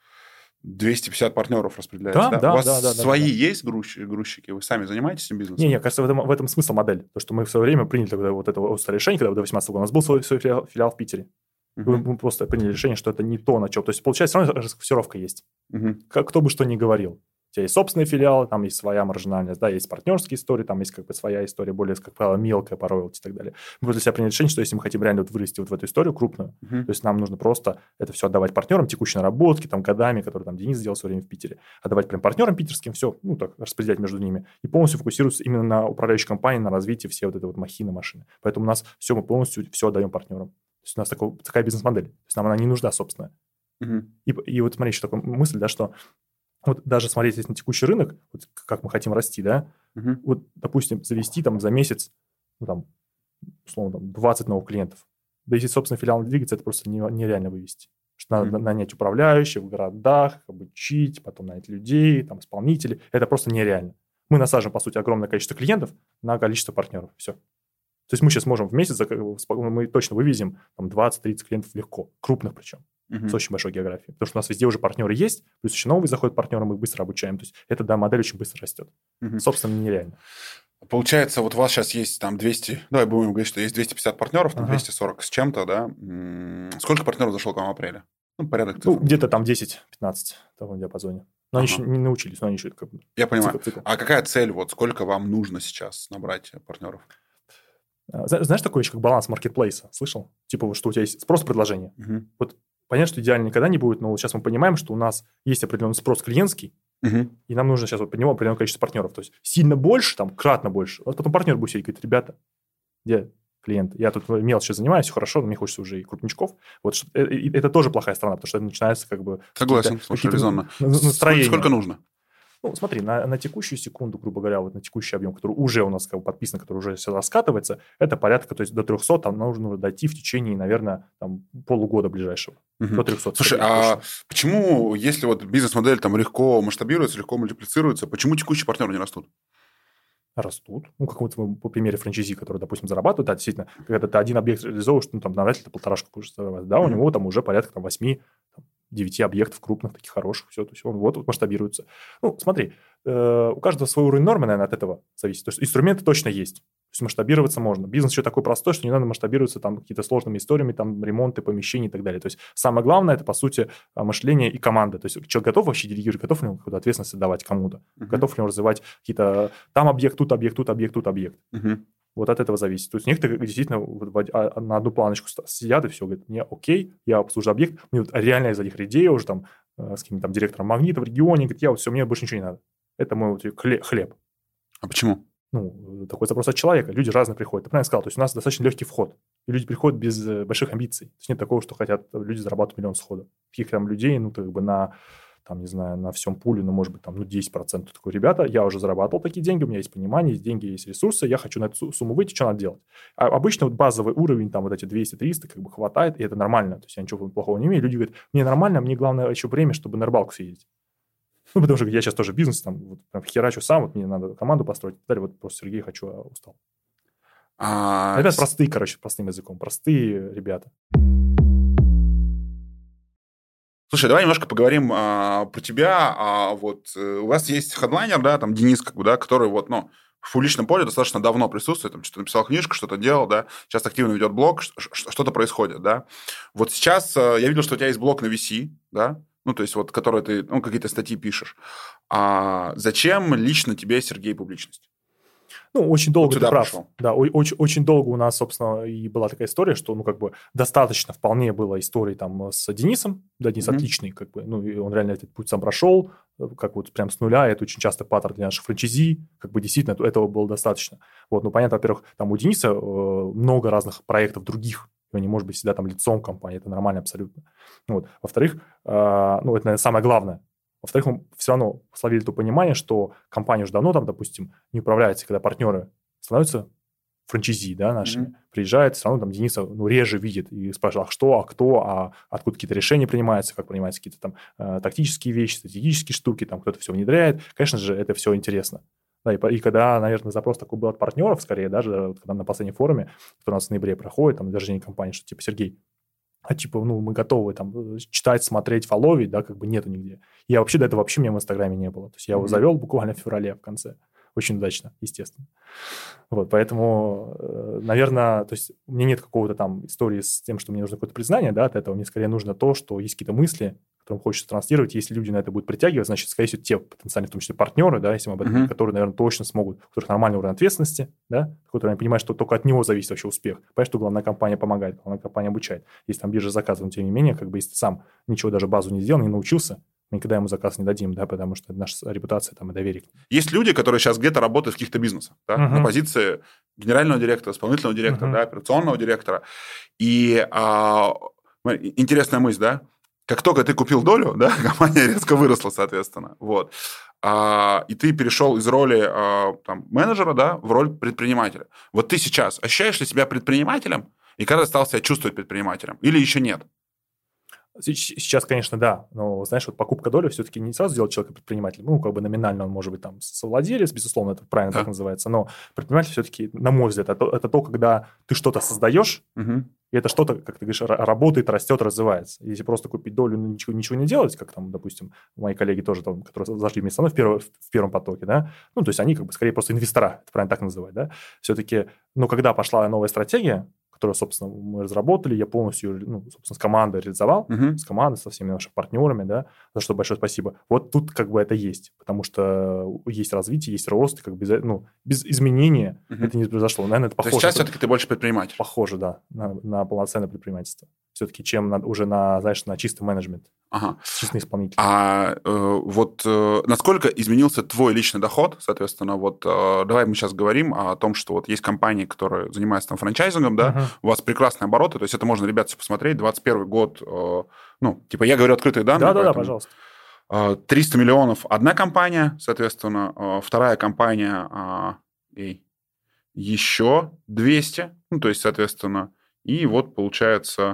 250 партнеров распределяется, да? У вас свои есть грузчики? Вы сами занимаетесь этим бизнесом? Не, кажется, в этом смысл модели. То, что мы в свое время приняли вот это решение, когда до 2018 года у нас был свой филиал в Питере. Мы просто приняли решение, что это не то, на чем. То есть, получается, все равно расфокусировка есть. Кто бы что ни говорил. У тебя есть собственный филиал, там есть своя маржинальность, да, есть партнерские истории, там есть как бы своя история, более, как правило, мелкая по роялти и так далее. Мы просто для себя приняли решение, что если мы хотим реально вырасти в эту историю крупную, то есть нам нужно просто это все отдавать партнерам, текущие наработки, там, годами, которые там Денис сделал в свое время в Питере, отдавать прям партнерам питерским, все, так, распределять между ними и полностью фокусироваться именно на управляющей компании, на развитии всей вот этой вот махины машины. Поэтому у нас мы полностью все отдаем партнерам. То есть у нас такая бизнес-модель. То есть нам она не нужна, собственно. И вот смотри, еще такая мысль, да, что вот даже смотреть здесь на текущий рынок, вот как мы хотим расти, да, вот, допустим, завести там за месяц, условно, 20 новых клиентов. Да если, собственно, филиал двигается, это просто нереально вывести. Что надо нанять управляющих в городах, обучить, потом нанять людей, там, исполнителей. Это просто нереально. Мы насаживаем, по сути, огромное количество клиентов на количество партнеров. Все. То есть мы сейчас можем в месяц, мы точно вывезем там 20-30 клиентов легко, крупных причем, с очень большой географией. Потому что у нас везде уже партнеры есть, плюс еще новые заходят партнеры, мы их быстро обучаем. То есть эта модель очень быстро растет. Собственно, нереально. Получается, вот у вас сейчас есть там 200, давай будем говорить, что есть 250 партнеров, там 240 с чем-то, да? Сколько партнеров зашло к вам в апреле? Порядок цифр. Где-то там 10-15 в таком диапазоне. Но они еще не научились, но они еще... Я понимаю. А какая цель, вот сколько вам нужно сейчас набрать партнеров? Знаешь такую вещь, как баланс маркетплейса? Слышал? Типа, что у тебя есть спрос-предложение. Вот понятно, что идеально никогда не будет, но вот сейчас мы понимаем, что у нас есть определенный спрос клиентский, и нам нужно сейчас вот под него определенное количество партнеров. То есть сильно больше, там, кратно больше. Вот потом партнер будет сидеть и говорит: ребята, где клиент? Я тут мелочью занимаюсь, все хорошо, но мне хочется уже и крупничков. Вот это тоже плохая сторона, потому что это начинается как бы... Согласен, слушай, резонно. Настроение. Сколько нужно? Смотри, на текущую секунду, грубо говоря, вот на текущий объем, который уже у нас как бы подписан, который уже все раскатывается, это порядка, то есть до 300 там нужно дойти в течение, наверное, там, полугода ближайшего. До 300. Слушай, а почему, если вот бизнес-модель там легко масштабируется, легко мультиплицируется, почему текущие партнеры не растут? Растут. Как вот по примере франчайзи, который, допустим, зарабатывает, да, действительно, когда ты один объект реализовываешь, там, навряд ли ты полторашку будешь зарабатывать, да, у него там уже порядка там 8-9 объектов крупных, таких хороших, все, то есть он вот масштабируется. Смотри, у каждого свой уровень нормы, наверное, от этого зависит. То есть инструменты точно есть. То есть масштабироваться можно. Бизнес еще такой простой, что не надо масштабироваться там какие-то сложными историями, там ремонты помещений и так далее. То есть самое главное – это, по сути, мышление и команда. То есть человек готов вообще делегировать, готов ли он какую-то ответственность отдавать кому-то, готов ли он развивать какие-то там объект, тут объект, тут объект, тут объект. Вот от этого зависит. То есть некоторые действительно на одну планочку сидят и все, говорят: мне окей, я обслужу объект, мне вот реально из этих идей уже там с каким-то там директором «Магнита» в регионе, говорит, я вот все, мне больше ничего не надо. Это мой вот хлеб. А почему? Ну, такой запрос от человека. Люди разные приходят. Ты правильно сказал, то есть у нас достаточно легкий вход. И люди приходят без больших амбиций. То есть нет такого, что хотят люди зарабатывать миллион сходу. Таких там людей, ну, как бы на, там, не знаю, на всем пуле, ну, может быть, там, ну, 10% такой, ребята, я уже зарабатывал такие деньги, у меня есть понимание, есть деньги, есть ресурсы, я хочу на эту сумму выйти, что надо делать? А обычно вот базовый уровень, там, вот эти 200-300, как бы хватает, и это нормально. То есть я ничего плохого не имею. Люди говорят, мне нормально, мне главное еще время, чтобы на рыбалку съездить. Ну, потому что я сейчас тоже бизнес, там, вот, прям херачу сам, вот мне надо команду построить, далее вот просто Сергей хочу, устал. Ребята простые, короче, простым языком, простые ребята. Слушай, давай немножко поговорим про тебя. Вот у вас есть хедлайнер, да, там Денис, как бы, да, который вот, ну, в публичном поле достаточно давно присутствует, там что-то написал книжку, что-то делал, да, сейчас активно ведет блог, что-то происходит, да. Вот сейчас я видел, что у тебя есть блог на VC, да, ну, то есть вот, который ты, ну, какие-то статьи пишешь. А зачем лично тебе, Сергей, публичность? Ну, очень долго, вот ты прав. Пришел. Да, очень долго у нас, собственно, и была такая история, что, ну, как бы, достаточно вполне было историй там с Денисом. Да, Денис отличный, как бы, ну, и он реально этот путь сам прошел, как вот прям с нуля. Это очень часто паттерн для наших франчайзи. Как бы, действительно, этого было достаточно. Вот, ну, понятно, во-первых, там у Дениса много разных проектов других. И он не может быть всегда там лицом компании. Это нормально абсолютно. Вот. Во-вторых, ну, это, наверное, самое главное. Во-вторых, мы все равно словили то понимание, что компания уже давно там, допустим, не управляется, когда партнеры становятся франчайзи, да, нашими, приезжают, все равно там Дениса, ну, реже видит и спрашивает, кто, откуда какие-то решения принимаются, как принимаются какие-то там тактические вещи, стратегические штуки, там кто-то все внедряет. Конечно же, это все интересно. Да, и когда, наверное, запрос такой был от партнеров, скорее, даже вот, когда на последнем форуме, который у нас в ноябре проходит, там, держение компании, что типа, Сергей, ну, мы готовы там читать, смотреть, фолловить, да, как бы нету нигде. Я вообще до этого вообще у меня в Инстаграме не было. То есть я его завел буквально в феврале в конце. Очень удачно, естественно. Вот, поэтому, наверное, то есть у меня нет какого-то там истории с тем, что мне нужно какое-то признание, да, от этого. Мне скорее нужно то, что есть какие-то мысли, которым хочется транслировать. Если люди на это будут притягивать, значит, скорее всего, те потенциальные, в том числе партнеры, да, если мы об этом говорим, которые, наверное, точно смогут, у которых нормальный уровень ответственности, да, который понимает, что только от него зависит вообще успех. Понимаешь, что главная компания помогает, главная компания обучает. Если там биржа заказывает, но тем не менее, как бы если ты сам ничего, даже базу не сделал, не научился, мы никогда ему заказ не дадим, да, потому что это наша репутация там и доверие. Есть люди, которые сейчас где-то работают в каких-то бизнесах, да, на позиции генерального директора, исполнительного директора, да, операционного директора. И интересная мысль, да, как только ты купил долю, да, компания резко выросла, соответственно, вот. И ты перешел из роли там, менеджера, да, в роль предпринимателя. Вот ты сейчас ощущаешь ли себя предпринимателем, и когда стал себя чувствовать предпринимателем, или еще нет? Сейчас, конечно, да, но, знаешь, вот покупка доли все-таки не сразу делает человека предпринимателем. Ну, как бы номинально он может быть там совладелец, безусловно, это правильно так называется, но предприниматель все-таки, на мой взгляд, это то, когда ты что-то создаешь, и это что-то, как ты говоришь, работает, растет, развивается. Если просто купить долю, ну, ничего не делать, как там, допустим, мои коллеги тоже, там, которые зашли вместе со мной в первом потоке, да, ну, то есть они как бы скорее просто инвестора, это правильно так называть, да, все-таки, но когда пошла новая стратегия, которую, собственно, мы разработали, я полностью, ну, собственно, с командой реализовал, с командой, со всеми нашими партнерами, да, за что большое спасибо. Вот тут как бы это есть, потому что есть развитие, есть рост, как бы, ну, без изменения это не произошло. Наверное, это похоже. То есть сейчас все-таки ты больше предприниматель? Похоже, да, на полноценное предпринимательство. Все-таки, чем уже на, знаешь, на чистый менеджмент, чистый исполнитель. Вот насколько изменился твой личный доход, соответственно, вот давай мы сейчас говорим о том, что вот есть компании, которые занимаются там франчайзингом, да, у вас прекрасные обороты, то есть это можно, ребят, посмотреть, 21 год, ну, типа я говорю открытые данные. Да, пожалуйста. 300 миллионов одна компания, соответственно, вторая компания еще 200, ну, то есть, соответственно, и вот получается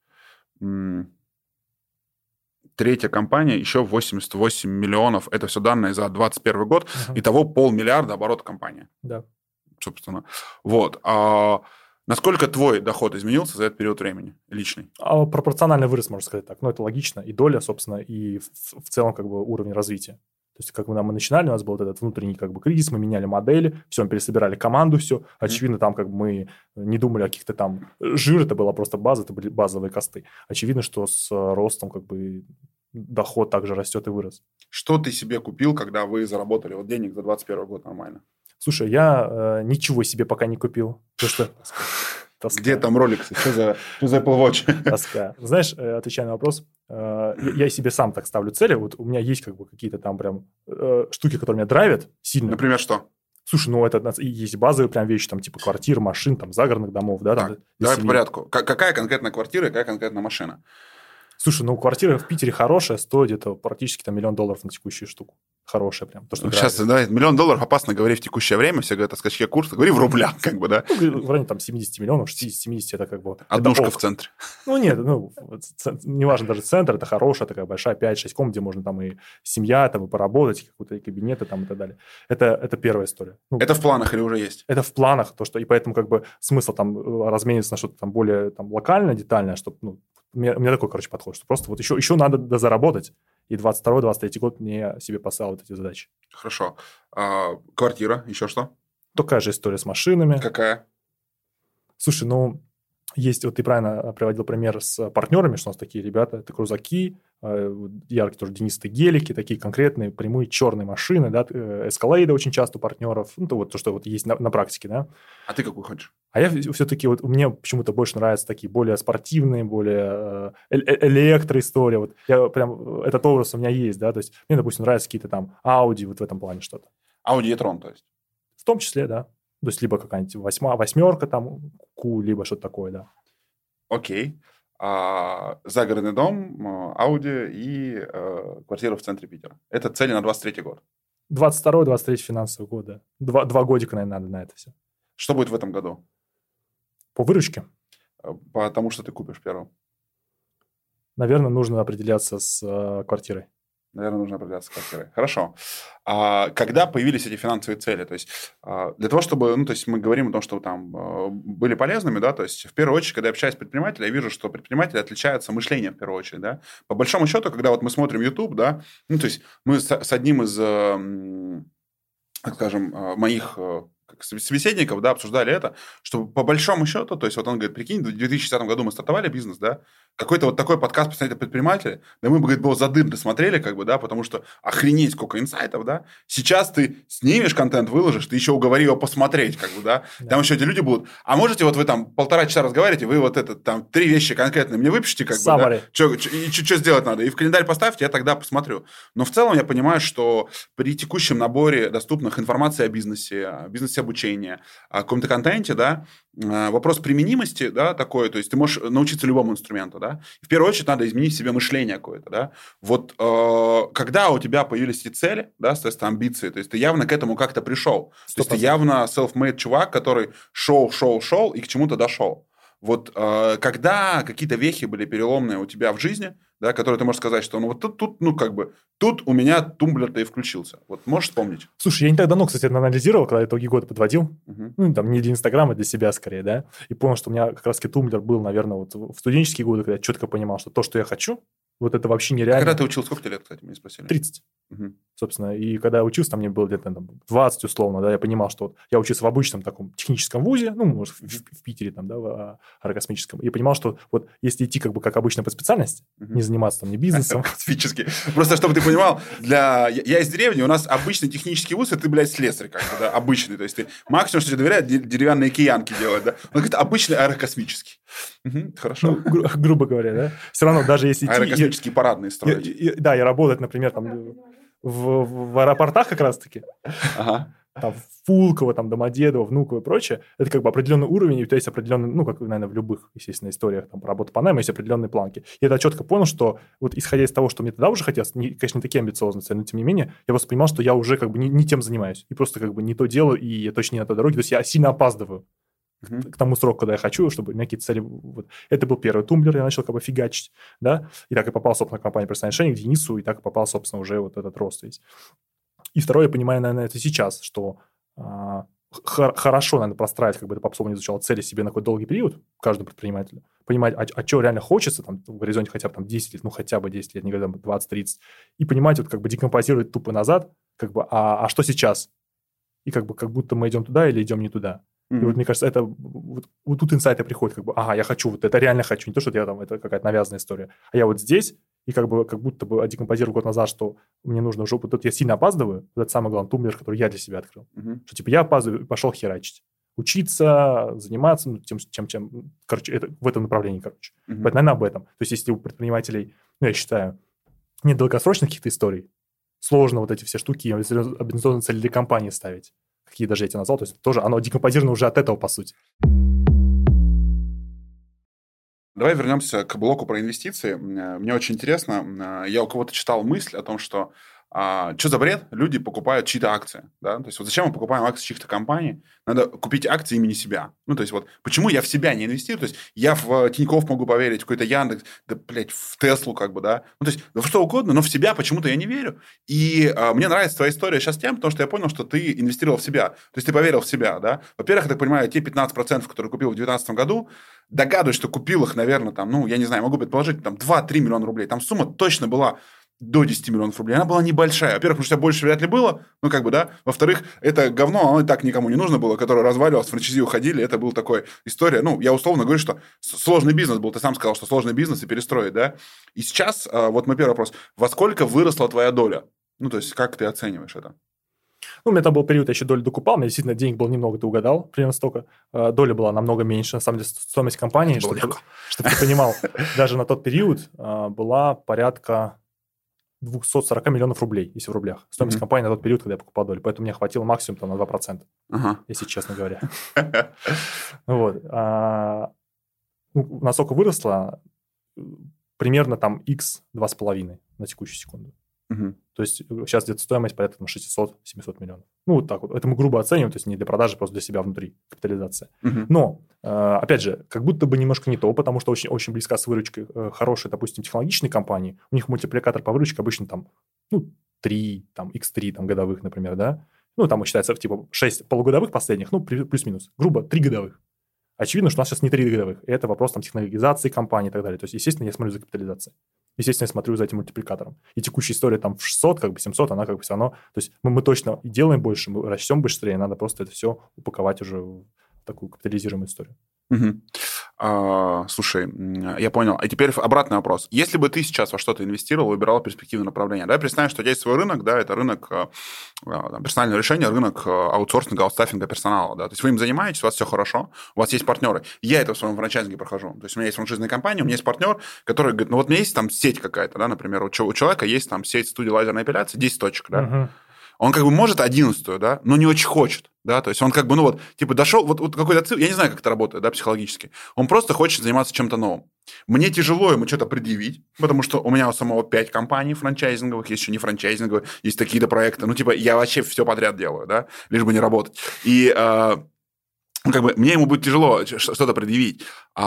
третья компания еще 88 миллионов, это все данные за 2021 год, итого 500 миллиарда оборот компании. Да. Собственно. Вот. Насколько твой доход изменился за этот период времени, личный? Пропорционально вырос, можно сказать так. Но это логично. И доля, собственно, и в целом как бы уровень развития. То есть, как мы начинали, у нас был вот этот внутренний как бы кризис, мы меняли модели, все, мы пересобирали команду, все. Очевидно, там как бы мы не думали о каких-то там... Жир, это была просто база, это были базовые косты. Очевидно, что с ростом как бы доход также растет и вырос. Что ты себе купил, когда вы заработали вот денег за 2021 год нормально? Слушай, я ничего себе пока не купил. Потому что... Где там роликсы? Что за Apple Watch? Тоска. Знаешь, отвечая на вопрос, я себе сам так ставлю цели. Вот у меня есть как бы какие-то там прям штуки, которые меня драйвят сильно. Например, что? Слушай, ну это есть базовые прям вещи, там типа квартир, машин, там загородных домов, да. Так, там, давай по порядку. Какая конкретно квартира и какая конкретно машина? Слушай, ну квартира в Питере хорошая, стоит где-то практически там $1 миллион на текущую штуку. Хорошая прям. То, что сейчас, да, $1 миллион опасно говорить в текущее время, все говорят о скачке курса, говори в рублях, как бы, да? Ну, в районе там 70 миллионов, 60-70 это как бы... Однушка в центре. Ну, нет, ну, неважно, даже центр, это хорошая такая большая, 5-6 комнат, где можно там и семья, там и поработать, какие-то кабинеты там и так далее. Это первая история. Ну, это в планах или уже есть? Это в планах, то, что... И поэтому как бы смысл там размениться на что-то там более там локальное, детальное, чтобы, ну, у меня такой, короче, подход, что просто вот еще надо дозаработать, и 22-23 год мне себе поставил вот эти задачи. Хорошо. Квартира, еще что? Такая же история с машинами. Какая? Слушай, ну, есть, вот ты правильно приводил пример с партнерами, что у нас такие ребята, это крузаки, яркие тоже денистые гелики, такие конкретные прямые черные машины, да, эскалейды очень часто у партнеров, ну, то, вот, то, что вот есть на практике, да. А ты какую хочешь? А я все-таки, вот мне почему-то больше нравятся такие более спортивные, более электроистория, вот я прям, этот образ у меня есть, да, то есть мне, допустим, нравятся какие-то там Audi, вот в этом плане что-то. Audi e-tron, то есть? В том числе, да. То есть либо какая-нибудь восьмерка там, Q, либо что-то такое, да. Окей. Загородный дом, Audi и квартира в центре Питера. Это цели на 23 год. 22-23 финансовый год, да. Два годика, наверное, надо на это все. Что будет в этом году? По выручке? Потому что ты купишь первым. Наверное, нужно определяться с квартирой. Наверное, нужно определяться с квартирой. Хорошо. Когда появились эти финансовые цели? То есть для того, чтобы, ну, то есть мы говорим о том, что там были полезными, да, то есть в первую очередь, когда я общаюсь с предпринимателем, я вижу, что предприниматели отличаются мышлением в первую очередь, да. По большому счету, когда вот мы смотрим YouTube, да, ну, то есть мы с одним из, так скажем, моих собеседников, да, обсуждали это, что по большому счету, то есть вот он говорит, прикинь, в 2010 году мы стартовали бизнес, да, какой-то вот такой подкаст «Посмотрите предпринимателя», да мы бы, говорит, было задым досмотрели, как бы, да, потому что охренеть сколько инсайтов, да, сейчас ты снимешь контент, выложишь, ты еще уговори его посмотреть, как бы, да, там еще эти люди будут, а можете вот вы там 1,5 часа разговариваете, вы вот это, там, 3 вещи конкретные мне выпишите, как бы, да, что сделать надо, и в календарь поставьте, я тогда посмотрю. Но в целом я понимаю, что при текущем наборе доступных информации о бизнесе обучения, о каком-то контенте, да, вопрос применимости, да, такой, то есть ты можешь научиться любому инструменту, да, в первую очередь надо изменить в себе мышление какое-то, да, вот когда у тебя появились эти цели, да, соответственно, амбиции, то есть ты явно к этому как-то пришел, 100%. То есть ты явно self-made чувак, который шел и к чему-то дошел. Вот когда какие-то вехи были переломные у тебя в жизни, да, которые ты можешь сказать, что ну вот тут, ну как бы, тут у меня тумблер-то и включился. Вот можешь вспомнить? Слушай, я не так давно, кстати, анализировал, когда итоги года подводил. Ну, там не для Инстаграма, а для себя скорее, да. И понял, что у меня как раз-таки тумблер был, наверное, вот в студенческие годы, когда я четко понимал, что то, что я хочу, вот это вообще нереально. А когда ты учился, сколько тебе лет, кстати, меня спросили? 30. Собственно, и когда я учился, там мне было где-то там 20 условно, да, я понимал, что вот я учился в обычном таком техническом вузе, ну, может, в Питере там, да, в аэрокосмическом, и понимал, что вот если идти как бы как обычно по специальности, не заниматься там ни бизнесом. Космически. Просто, чтобы ты понимал, я из деревни, у нас обычный технический вуз, и ты, блядь, слесарь как-то, да, обычный, то есть ты максимум, что тебе доверяют, деревянные киянки делать, да, он говорит, обычный аэрокосмический. Хорошо. Ну, грубо говоря, да. Все равно, даже если идти... Аэрокосмические парадные строить. Да, и работать, например, там в аэропортах как раз-таки. Ага. Там в Пулково, там Домодедово, Внуково и прочее, это как бы определенный уровень, и у тебя есть определенный, ну, как, наверное, в любых, естественно, историях там, работы по найму, есть определенные планки. Я тогда четко понял, что вот исходя из того, что мне тогда уже хотелось, конечно, не такие амбициозные цели, но тем не менее, я просто понимал, что я уже как бы не тем занимаюсь, и просто как бы не то делаю, и я точно не на той дороге, то есть я сильно опаздываю к тому сроку, когда я хочу, чтобы у меня какие-то цели... Вот. Это был первый тумблер, я начал как бы фигачить, да, и так и попал, собственно, в компанию «Персональное решение» к Денису, и так и попал, собственно, уже вот этот рост весь. И второе, я понимаю, наверное, это сейчас, что хорошо, наверное, простраивать, как бы это попсово не звучало, цели себе на какой-то долгий период, каждому предпринимателю, понимать, а что реально хочется, там, в горизонте хотя бы там 10 лет, ну, хотя бы 10 лет, не говоря, 20-30, и понимать, вот как бы декомпозировать тупо назад, как бы, а что сейчас? И как бы как будто мы идем туда или идем не туда. И вот, мне кажется, это вот тут инсайты приходят, как бы, ага, я хочу, вот это реально хочу, не то, что я там, это какая-то навязанная история, а я вот здесь, и как бы как будто бы декомпозировал год назад, что мне нужно уже, вот тут я сильно опаздываю, вот это самый главный тумблер, который я для себя открыл, что типа я опаздываю и пошел херачить, учиться, заниматься, ну, чем короче, это в этом направлении, короче. Поэтому, наверное, об этом. То есть, если у предпринимателей я считаю, нет долгосрочных каких-то историй. Сложно вот эти все штуки, организационные цели для компании ставить. Какие даже я тебе назвал, то есть тоже оно декомпозировано уже от этого, по сути. Давай вернемся к блоку про инвестиции. Мне очень интересно, я у кого-то читал мысль о том, что что за бред? Люди покупают чьи-то акции. Да? То есть вот зачем мы покупаем акции чьих-то компаний? Надо купить акции имени себя. Ну, то есть вот почему я в себя не инвестирую? То есть я в Тинькофф могу поверить, в какой-то Яндекс, да, блядь, в Теслу как бы, да? Ну, то есть во что угодно, но в себя почему-то я не верю. И мне нравится твоя история сейчас тем, потому что я понял, что ты инвестировал в себя. То есть ты поверил в себя, да? Во-первых, я так понимаю, те 15%, которые купил в 2019 году, догадываюсь, что купил их, наверное, там, ну, я не знаю, могу предположить, там, 2-3 миллиона рублей. Там сумма точно была до 10 миллионов рублей. Она была небольшая. Во-первых, потому что больше вряд ли было, ну, как бы, да. Во-вторых, это говно, оно и так никому не нужно было, которое разваливалось, франчайзи уходили. Это была такая история. Ну, я условно говорю, что сложный бизнес был. Ты сам сказал, что сложный бизнес и перестроить, да. И сейчас, вот мой первый вопрос. Во сколько выросла твоя доля? Ну, то есть, как ты оцениваешь это? Ну, у меня там был период, я еще долю докупал, у меня действительно денег было немного, ты угадал, примерно столько. Доля была намного меньше, на самом деле, стоимость компании, чтобы ты понимал, даже на тот период была порядка 240 миллионов рублей, если в рублях. Стоимость компании на тот период, когда я покупал долю. Поэтому мне хватило максимум там, на 2%, если честно говоря. Вот. Насколько выросла? Примерно там x 2,5 на текущую секунду. То есть сейчас где-то стоимость порядка 600-700 миллионов. Ну, вот так вот. Это мы грубо оцениваем, то есть не для продажи, просто для себя внутри капитализация. Но, опять же, как будто бы немножко не то, потому что очень, очень близка с выручкой хорошие, допустим, технологичные компании. У них мультипликатор по выручке обычно там, 3, там, x3 там, годовых, например, да. Ну, там считается, типа, 6 полугодовых последних, плюс-минус. Грубо, 3 годовых. Очевидно, что у нас сейчас не 3 годовых. И это вопрос там технологизации компании и так далее. То есть, естественно, я смотрю за капитализацией. Естественно, я смотрю за этим мультипликатором. И текущая история там в 600, как бы 700, она как бы все равно... То есть мы точно делаем больше, мы растем быстрее, надо просто это все упаковать уже в такую капитализируемую историю. Слушай, я понял. А теперь обратный вопрос. Если бы ты сейчас во что-то инвестировал, выбирал перспективное направление, да, представим, что у тебя есть свой рынок, да, это рынок персонального решения, рынок аутсорсинга, аутстаффинга персонала, да, то есть вы им занимаетесь, у вас все хорошо, у вас есть партнеры. Я это в своем франчайзинге прохожу. То есть у меня есть франшизная компания, у меня есть партнер, который говорит, ну вот у меня есть там сеть какая-то, да, например, у человека есть там сеть студии лазерной эпиляции, 10 точек, да. Он как бы может 11-ю, да, но не очень хочет, да, то есть он как бы, дошел, вот какой-то цикл, я не знаю, как это работает, да, психологически, он просто хочет заниматься чем-то новым. Мне тяжело ему что-то предъявить, потому что у меня у самого 5 компаний франчайзинговых, есть еще не франчайзинговые, есть такие-то проекты, я вообще все подряд делаю, да, лишь бы не работать. И мне ему будет тяжело что-то предъявить.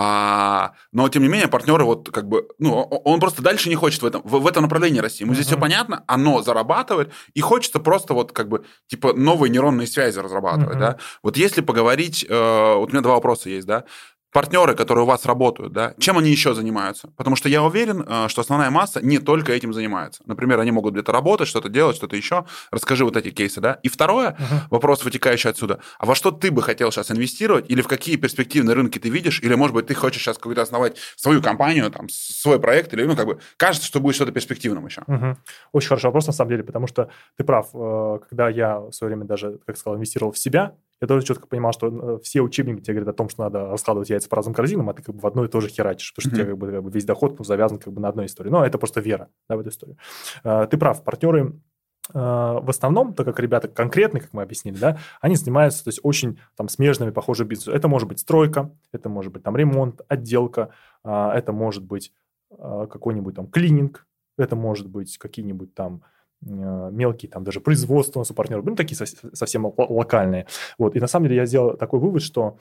Но, тем не менее, партнеры он просто дальше не хочет в этом направлении расти. Ему здесь все понятно, оно зарабатывает, и хочется просто новые нейронные связи разрабатывать, да. Вот если поговорить, у меня 2 вопроса есть, да. Партнеры, которые у вас работают, да, чем они еще занимаются? Потому что я уверен, что основная масса не только этим занимается. Например, они могут где-то работать, что-то делать, что-то еще. Расскажи вот эти кейсы, да. И второе, вопрос, вытекающий отсюда. А во что ты бы хотел сейчас инвестировать? Или в какие перспективные рынки ты видишь? Или, может быть, ты хочешь сейчас какую-то основать свою компанию, там, свой проект? Или, кажется, что будет что-то перспективным еще. Очень хороший вопрос, на самом деле, потому что ты прав. Когда я в свое время даже, как сказал, инвестировал в себя, я тоже четко понимал, что все учебники тебе говорят о том, что надо раскладывать яйца по разным корзинам, а ты в одно и то же херачишь, потому что у тебя весь доход завязан на одной истории. Но это просто вера, да, в эту историю. Ты прав, партнеры в основном, так как ребята конкретные, как мы объяснили, да, они занимаются, то есть, очень там смежными, похожими бизнесами. Это может быть стройка, это может быть там ремонт, отделка, это может быть какой-нибудь там клининг, это может быть какие-нибудь там мелкие там даже производства у нас у партнеров, такие совсем локальные. Вот. И на самом деле я сделал такой вывод, что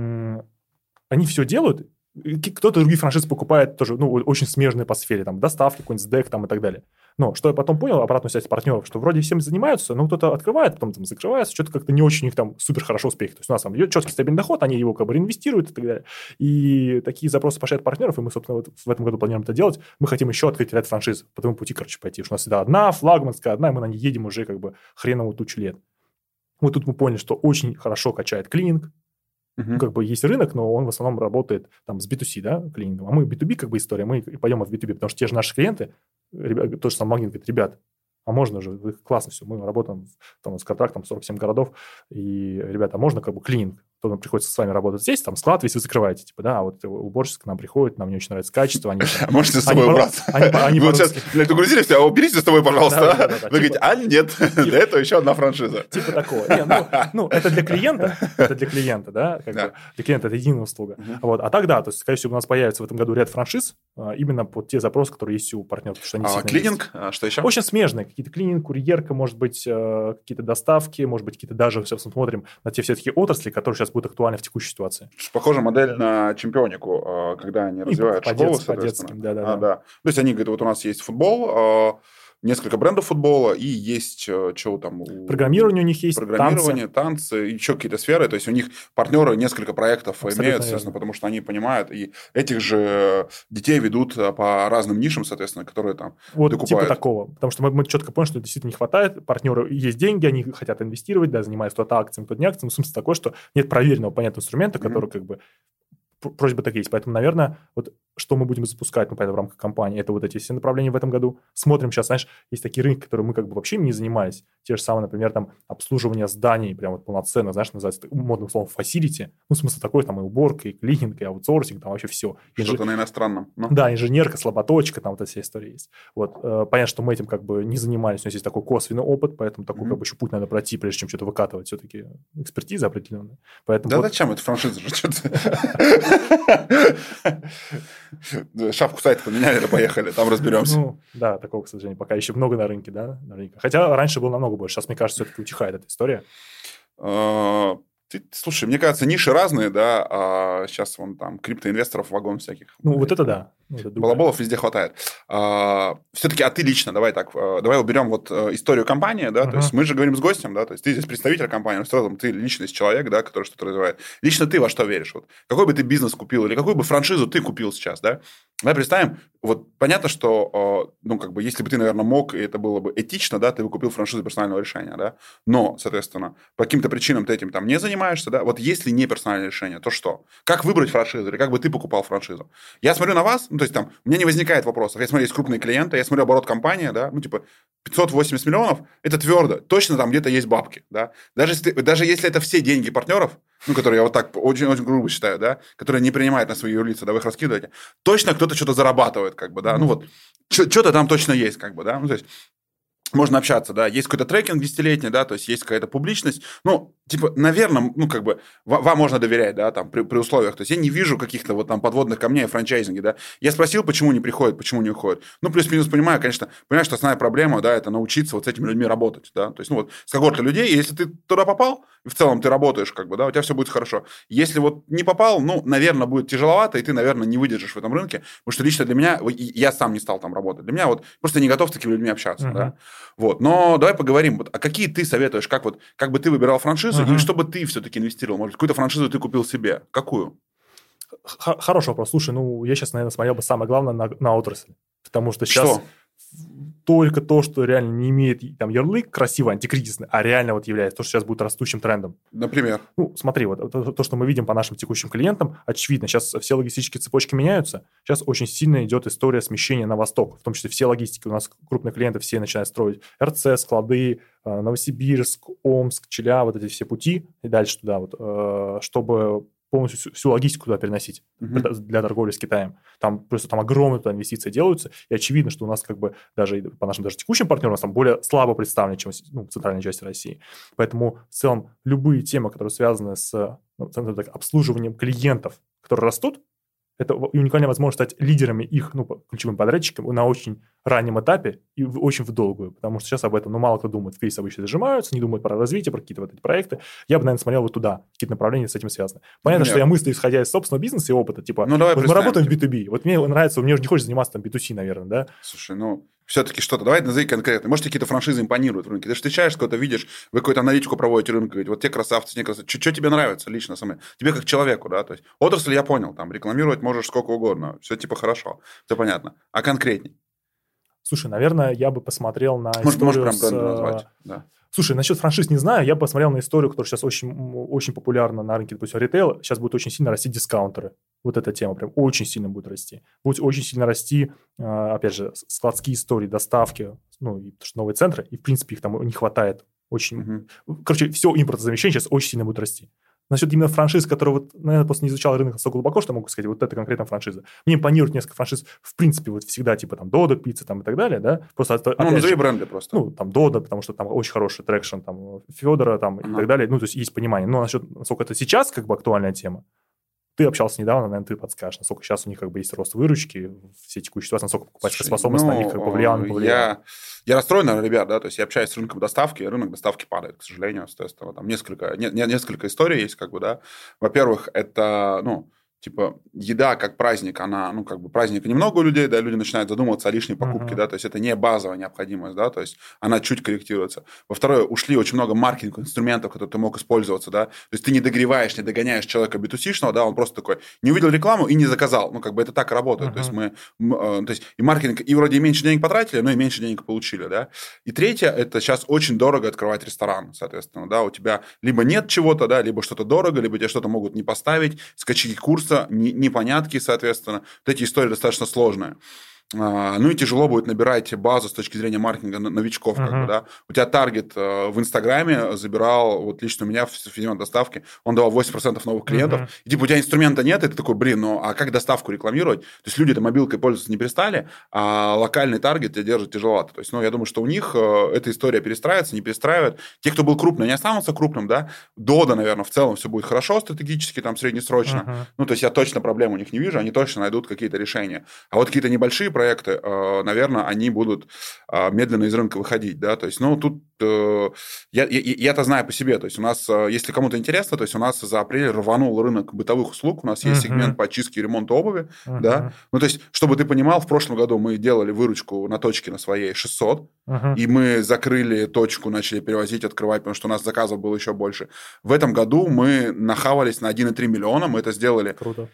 они все делают, кто-то другие франшизы покупает тоже, очень смежные по сфере, там, доставки, какой-нибудь СДЭК там и так далее. Но что я потом понял, обратную связь партнеров, что вроде всем занимаются, но кто-то открывает, потом там закрывается, что-то как-то не очень у них там супер хорошо успехи. То есть у нас там четкий стабильный доход, они его реинвестируют и так далее. И такие запросы пошли от партнеров, и мы, собственно, в этом году планируем это делать. Мы хотим еще открыть ряд франшиз, по тому пути, пойти. Потому что у нас всегда одна, флагманская, одна, и мы на ней едем уже хреновую тучу лет. Вот тут мы поняли, что очень хорошо качает клининг. Есть рынок, но он в основном работает там с B2C, да, клинингом. А мы B2B история, мы пойдем в B2B, потому что те же наши клиенты, тот же самый Магнит говорит, ребят, можно же, классно все, мы работаем там, с контрактом 47 городов, и, ребята, можно клининг? то нам приходится с вами работать здесь, там склад весь вы закрываете, типа, да, а вот уборщица к нам приходит, нам не очень нравится качество, они... Можете с собой убраться. Вы вот сейчас грузили все, уберите с собой, пожалуйста. Вы говорите, а нет, для этого еще одна франшиза. Типа такого. Это для клиента, да, для клиента это единая услуга. Вот, а тогда, то есть, скорее всего, у нас появится в этом году ряд франшиз именно под те запросы, которые есть у партнеров. Клининг, что еще? Очень смежные, какие-то клининг, курьерка, может быть, какие-то доставки, может быть, какие-то даже, сейчас смотрим на те все-таки отрасли, которые сейчас будут актуальны в текущей ситуации. Похожа модель на Чемпионику, когда они развивают школы, по-детски, да. То есть они говорят, вот у нас есть футбол, несколько брендов футбола, и есть, что там... Программирование у них есть, программирование, танцы, еще какие-то сферы. То есть у них партнеры несколько проектов абсолютно имеют, соответственно, потому что они понимают, и этих же детей ведут по разным нишам, соответственно, которые там вот докупают. Типа такого. Потому что мы четко поняли, что действительно не хватает. Партнеры есть деньги, они хотят инвестировать, да, занимаются кто-то акциями, кто-то не акциями. Смысл такой, что нет проверенного, понятного инструмента, который как бы... Просьба так есть. Поэтому, наверное, вот что мы будем запускать, в рамках компании, это вот эти все направления в этом году. Смотрим сейчас, знаешь, есть такие рынки, которые мы как бы вообще не занимались. Те же самые, например, там обслуживание зданий, прям вот полноценно, знаешь, называется модным словом facility. Смысл такой, там и уборка, и клининг, и аутсорсинг, там вообще все. Что-то на иностранном. Но... Да, инженерка, слаботочка, там вот эта вся история есть. Вот, понятно, что мы этим как бы не занимались, у нас есть такой косвенный опыт, поэтому такой как бы еще путь надо пройти, прежде чем что-то выкатывать, все-таки экспертиза определенная. Поэтому да зачем? Это франшиза же что-то. Шапку сайта поменяли, поехали, там разберемся. Да, такого, к сожалению, пока еще много на рынке, да, наверняка. Хотя раньше было намного больше. Сейчас, мне кажется, все-таки утихает эта история. Слушай, мне кажется, ниши разные, да, а сейчас вон там криптоинвесторов вагон всяких. Вот это да. Балаболов везде хватает. Все-таки, ты лично, давай уберем вот историю компании, да, то есть мы же говорим с гостем, да, то есть ты здесь представитель компании, но ты личность человек, да, который что-то развивает. Лично ты во что веришь? Вот, какой бы ты бизнес купил или какую бы франшизу ты купил сейчас, да? Давай представим, вот понятно, что, если бы ты, наверное, мог, и это было бы этично, да, ты бы купил франшизу персонального решения, да, но, соответственно, по каким-то причинам ты этим там не занимаешься, да, вот если не персональное решение, то что? Как выбрать франшизу или как бы ты покупал франшизу? Я смотрю на вас, то есть там у меня не возникает вопросов, я смотрю, есть крупные клиенты, я смотрю оборот компании, да, 580 миллионов, это твердо, точно там где-то есть бабки, да, даже если это все деньги партнеров, которые я вот так очень-очень грубо считаю, да, которые не принимают на свои юрлица, да, вы их раскидываете, точно кто-то что-то зарабатывает, как бы, да, что-то там точно есть, как бы, да, то есть можно общаться, да, есть какой-то трекинг десятилетний, да, то есть есть какая-то публичность, наверное, вам можно доверять, да, там, при условиях, то есть я не вижу каких-то вот там подводных камней в франчайзинге, да, я спросил, почему не приходят, почему не уходят, плюс-минус понимаю, что основная проблема, да, это научиться вот с этими людьми работать, да, то есть, с когортой людей, если ты туда попал, в целом ты работаешь, как бы, да, у тебя все будет хорошо, если вот не попал, наверное, будет тяжеловато, и ты, наверное, не выдержишь в этом рынке, потому что лично для меня, я сам не стал там работать, для меня вот просто не готов с такими людьми общаться, да. Вот. Но давай поговорим, а какие ты советуешь, как бы ты выбирал франшизу, или что бы ты все-таки инвестировал? Может, какую-то франшизу ты купил себе? Какую? Хороший вопрос. Слушай, я сейчас, наверное, смотрел бы самое главное на отрасль. Потому что сейчас только то, что реально не имеет там ярлык красивый, антикризисный, а реально вот является то, что сейчас будет растущим трендом. Например? Смотри, вот то, что мы видим по нашим текущим клиентам, очевидно, сейчас все логистические цепочки меняются, сейчас очень сильно идет история смещения на восток, в том числе все логистики, у нас крупные клиенты все начинают строить РЦ, склады, Новосибирск, Омск, Челябинск, вот эти все пути и дальше туда, вот, чтобы полностью всю логистику туда переносить для торговли с Китаем. Там огромные туда инвестиции делаются, и очевидно, что у нас как бы даже по нашим даже текущим партнерам у нас там более слабо представлены, чем в центральной части России. Поэтому в целом любые темы, которые связаны с обслуживанием клиентов, которые растут, это уникальная возможность стать лидерами их, ключевым подрядчиком на очень раннем этапе и очень в долгую, потому что сейчас об этом, мало кто думает. В кризис обычно зажимаются, не думают про развитие, про какие-то вот эти проекты. Я бы, наверное, смотрел вот туда, какие-то направления с этим связаны. Понятно, что я мыслю, исходя из собственного бизнеса и опыта, мы работаем в B2B. Вот мне нравится, мне уже не хочется заниматься там B2C, наверное, да? Слушай, все-таки что-то, давай назови конкретно. Может, какие-то франшизы импонируют в рынке? Ты же встречаешь кого-то, видишь, вы какую-то аналитику проводите рынка, говорите, вот те красавцы, те красавцы. Что тебе нравится лично самое? Тебе как человеку, да? То есть отрасль я понял, там рекламировать можешь сколько угодно, все хорошо, все понятно. А конкретней? Слушай, наверное, я бы посмотрел на историю можешь прям бренды назвать, да. Слушай, насчет франшиз не знаю, я бы посмотрел на историю, которая сейчас очень, очень популярна на рынке, допустим, ритейла. Сейчас будут очень сильно расти дискаунтеры. Вот эта тема прям очень сильно будет расти. Будет очень сильно расти, опять же, складские истории, доставки, потому что новые центры, и, в принципе, их там не хватает очень... Короче, все импортозамещение сейчас очень сильно будет расти. Насчет именно франшиз, которые вот, наверное, просто не изучал рынок настолько глубоко, что могу сказать, вот это конкретно франшиза. Мне импонирует несколько франшиз, в принципе, вот всегда, типа там Додо, пицца там и так далее, да, просто назови бренды просто. Ну, там Додо, потому что там очень хороший трекшн, там Федора там и так далее, ну, то есть есть понимание. Но насчет, насколько это сейчас как бы актуальная тема, ты общался недавно, наверное, ты подскажешь, насколько сейчас у них как бы есть рост выручки, все текущие ситуации, насколько покупательская способность на них как повлияла. Я расстроен, наверное, ребят, да, то есть я общаюсь с рынком доставки, рынок доставки падает, к сожалению, соответственно, там несколько историй есть, как бы, да. Во-первых, это, типа, еда как праздник, она, как бы, праздника немного у людей, да, люди начинают задумываться о лишней покупке, да, то есть это не базовая необходимость, да, то есть она чуть корректируется. Во-вторых, ушли очень много маркетинговых инструментов, которые ты мог использоваться, да, то есть ты не догреваешь, не догоняешь человека B2C-шного, да, он просто такой, не увидел рекламу и не заказал, как бы это так работает, то есть то есть и маркетинг, и вроде меньше денег потратили, но и меньше денег получили, да. И третье, это сейчас очень дорого открывать ресторан, соответственно, да, у тебя либо нет чего-то, да, либо что-то дорого, либо тебе что-то могут не поставить, скачки курса, непонятки, соответственно. Вот эти истории достаточно сложные. Ну и тяжело будет набирать базу с точки зрения маркетинга новичков, как бы, да. У тебя таргет в Инстаграме забирал, вот лично у меня в фирме доставки, он давал 80% новых клиентов. И типа у тебя инструмента нет, и ты такой, блин, а как доставку рекламировать? То есть люди-то мобилкой пользоваться не перестали, а локальный таргет тебя держит тяжеловато. То есть, я думаю, что у них эта история перестраивается, не перестраивает. Те, кто был крупный, не останутся крупным, да. Дода, наверное, в целом все будет хорошо стратегически, там, среднесрочно. Ну, то есть я точно проблем у них не вижу, они точно найдут какие-то решения. А вот какие-то небольшие проекты, наверное, они будут медленно из рынка выходить, да, то есть, тут я-то знаю по себе, то есть у нас, если кому-то интересно, то есть у нас за апрель рванул рынок бытовых услуг, у нас есть сегмент по чистке и ремонту обуви, да, то есть, чтобы ты понимал, в прошлом году мы делали выручку на точке на своей 600, и мы закрыли точку, начали перевозить, открывать, потому что у нас заказов было еще больше. В этом году мы нахавались на 1,3 миллиона, мы это сделали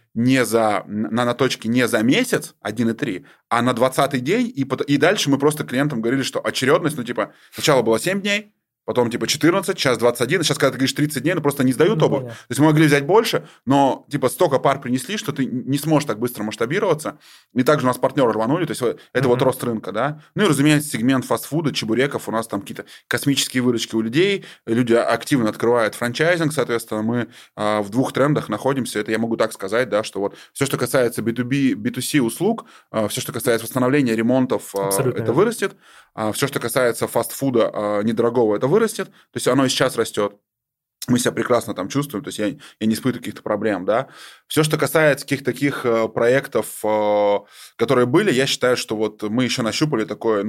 на точке не за месяц 1,3, а на 20-й день, и дальше мы просто клиентам говорили, что очередность, сначала было 7 дней, потом 14, сейчас 21, сейчас, когда ты говоришь 30 дней, просто не сдают обувь. То есть мы могли взять больше, но столько пар принесли, что ты не сможешь так быстро масштабироваться. И также у нас партнеры рванули, то есть это вот рост рынка, да. Ну и, разумеется, сегмент фастфуда, чебуреков, у нас там какие-то космические выручки у людей, люди активно открывают франчайзинг, соответственно, мы в двух трендах находимся, это я могу так сказать, да, что вот все, что касается B2B, B2C услуг, все, что касается восстановления ремонтов, это вырастет, все, что касается фастфуда недорогого, это вырастет, то есть оно и сейчас растет. Мы себя прекрасно там чувствуем, то есть я не испытываю каких-то проблем, да. Все, что касается каких-то таких проектов, которые были, я считаю, что вот мы еще нащупали такое,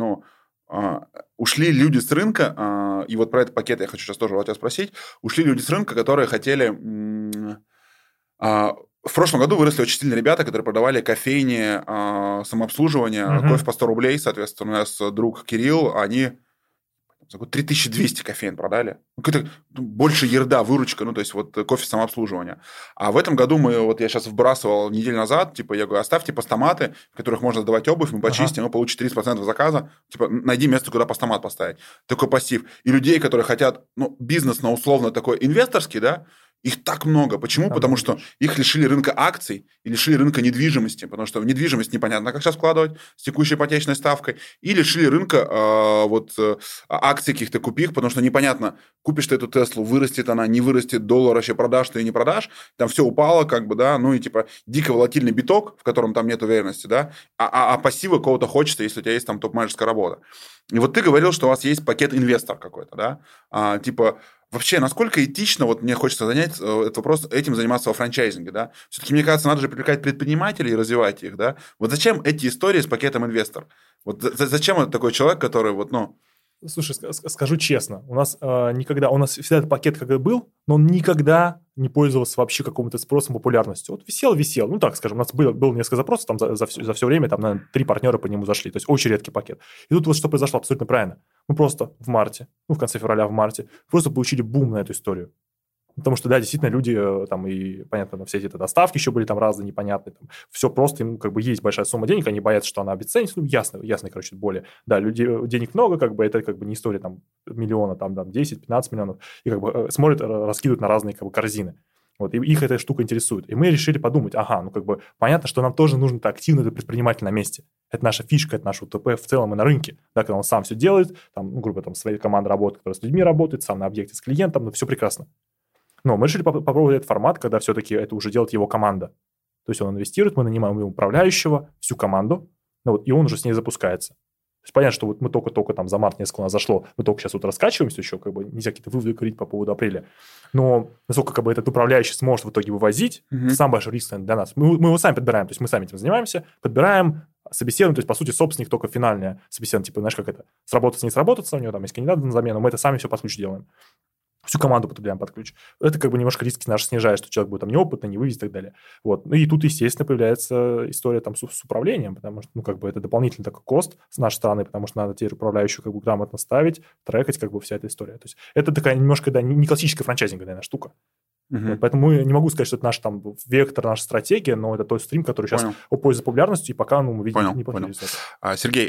ушли люди с рынка, и вот про этот пакет я хочу сейчас тоже у тебя спросить, ушли люди с рынка, которые хотели... В прошлом году выросли очень сильные ребята, которые продавали кофейни, самообслуживание, кофе по 100 рублей, соответственно, у нас друг Кирилл, они... За год 3200 кофеин продали. Какая-то больше ерда, выручка, то есть вот кофе самообслуживания. А в этом году я сейчас вбрасывал неделю назад, я говорю, оставьте постаматы, в которых можно сдавать обувь, мы почистим, вы получите 30% заказа, найди место, куда постамат поставить. Такой пассив. И людей, которые хотят, бизнес, условно такой инвесторский, да, их так много. Почему? Потому что их лишили рынка акций и лишили рынка недвижимости, потому что в недвижимость непонятно, как сейчас вкладывать с текущей ипотечной ставкой, и лишили рынка акций каких-то купих, потому что непонятно, купишь ты эту Теслу, вырастет она, не вырастет, доллар вообще продашь ты и не продашь, там все упало, да, дико волатильный биток, в котором там нет уверенности, да, а пассива какого-то хочется, если у тебя есть там топ-менеджерская работа. И вот ты говорил, что у вас есть пакет инвестор какой-то, да, вообще, насколько этично, мне хочется занять этот вопрос, этим заниматься во франчайзинге, да? Все-таки, мне кажется, надо же привлекать предпринимателей и развивать их, да? Вот зачем эти истории с пакетом инвестор? Вот зачем это такой человек, который Слушай, скажу честно, у нас всегда этот пакет как бы был, но он никогда не пользовался вообще каким-то спросом, популярностью. Вот висел, так скажем, у нас было несколько запросов, там за все время, там, наверное, 3 партнера по нему зашли, то есть очень редкий пакет. И тут вот что произошло абсолютно правильно. Мы просто в марте, в конце февраля, в марте, просто получили бум на эту историю. Потому что, да, действительно, люди там и, понятно, все эти доставки еще были там разные, непонятные. Там, все просто, им как бы есть большая сумма денег, они боятся, что она обесценится. Ясно, короче, более. Да, денег много, как бы это как бы не история там миллиона, там 10-15 миллионов. И как бы смотрят, раскидывают на разные как бы корзины. Вот, и их эта штука интересует. И мы решили подумать, понятно, что нам тоже нужен активный предприниматель на месте. Это наша фишка, это наш УТП в целом и на рынке. Да, когда он сам все делает, там, грубо, там, своей командой работает, которая с людьми работает, сам на объекте с клиентом, все прекрасно. Но мы решили попробовать этот формат, когда все-таки это уже делает его команда. То есть он инвестирует, мы нанимаем ему управляющего, всю команду, и он уже с ней запускается. То есть понятно, что вот мы только там за март несколько у нас зашло, мы только сейчас вот раскачиваемся еще, как бы нельзя какие-то выводы говорить по поводу апреля. Но насколько как бы этот управляющий сможет в итоге вывозить, это самый большой риск для нас. Мы его сами подбираем, то есть мы сами этим занимаемся, подбираем, собеседуем, то есть, по сути, собственник только финальное собеседование, типа, знаешь, как это, сработаться, не сработаться, у него там есть кандидат на замену, мы это сами все под ключ делаем. Всю команду потребляем под ключ. Это как бы немножко риски наши снижает, что человек будет там неопытный, не вывезет и так далее. Вот. Ну и тут, естественно, появляется история там с управлением, потому что, как бы это дополнительный такой кост с нашей стороны, потому что надо теперь управляющую как бы грамотно ставить, трекать как бы вся эта история. То есть это такая немножко, да, не классическая франчайзинговая, наверное, штука. Вот, поэтому не могу сказать, что это наш там вектор, наша стратегия, но это тот стрим, который сейчас пользуется популярностью, и пока мы видим неплохие результаты. Сергей,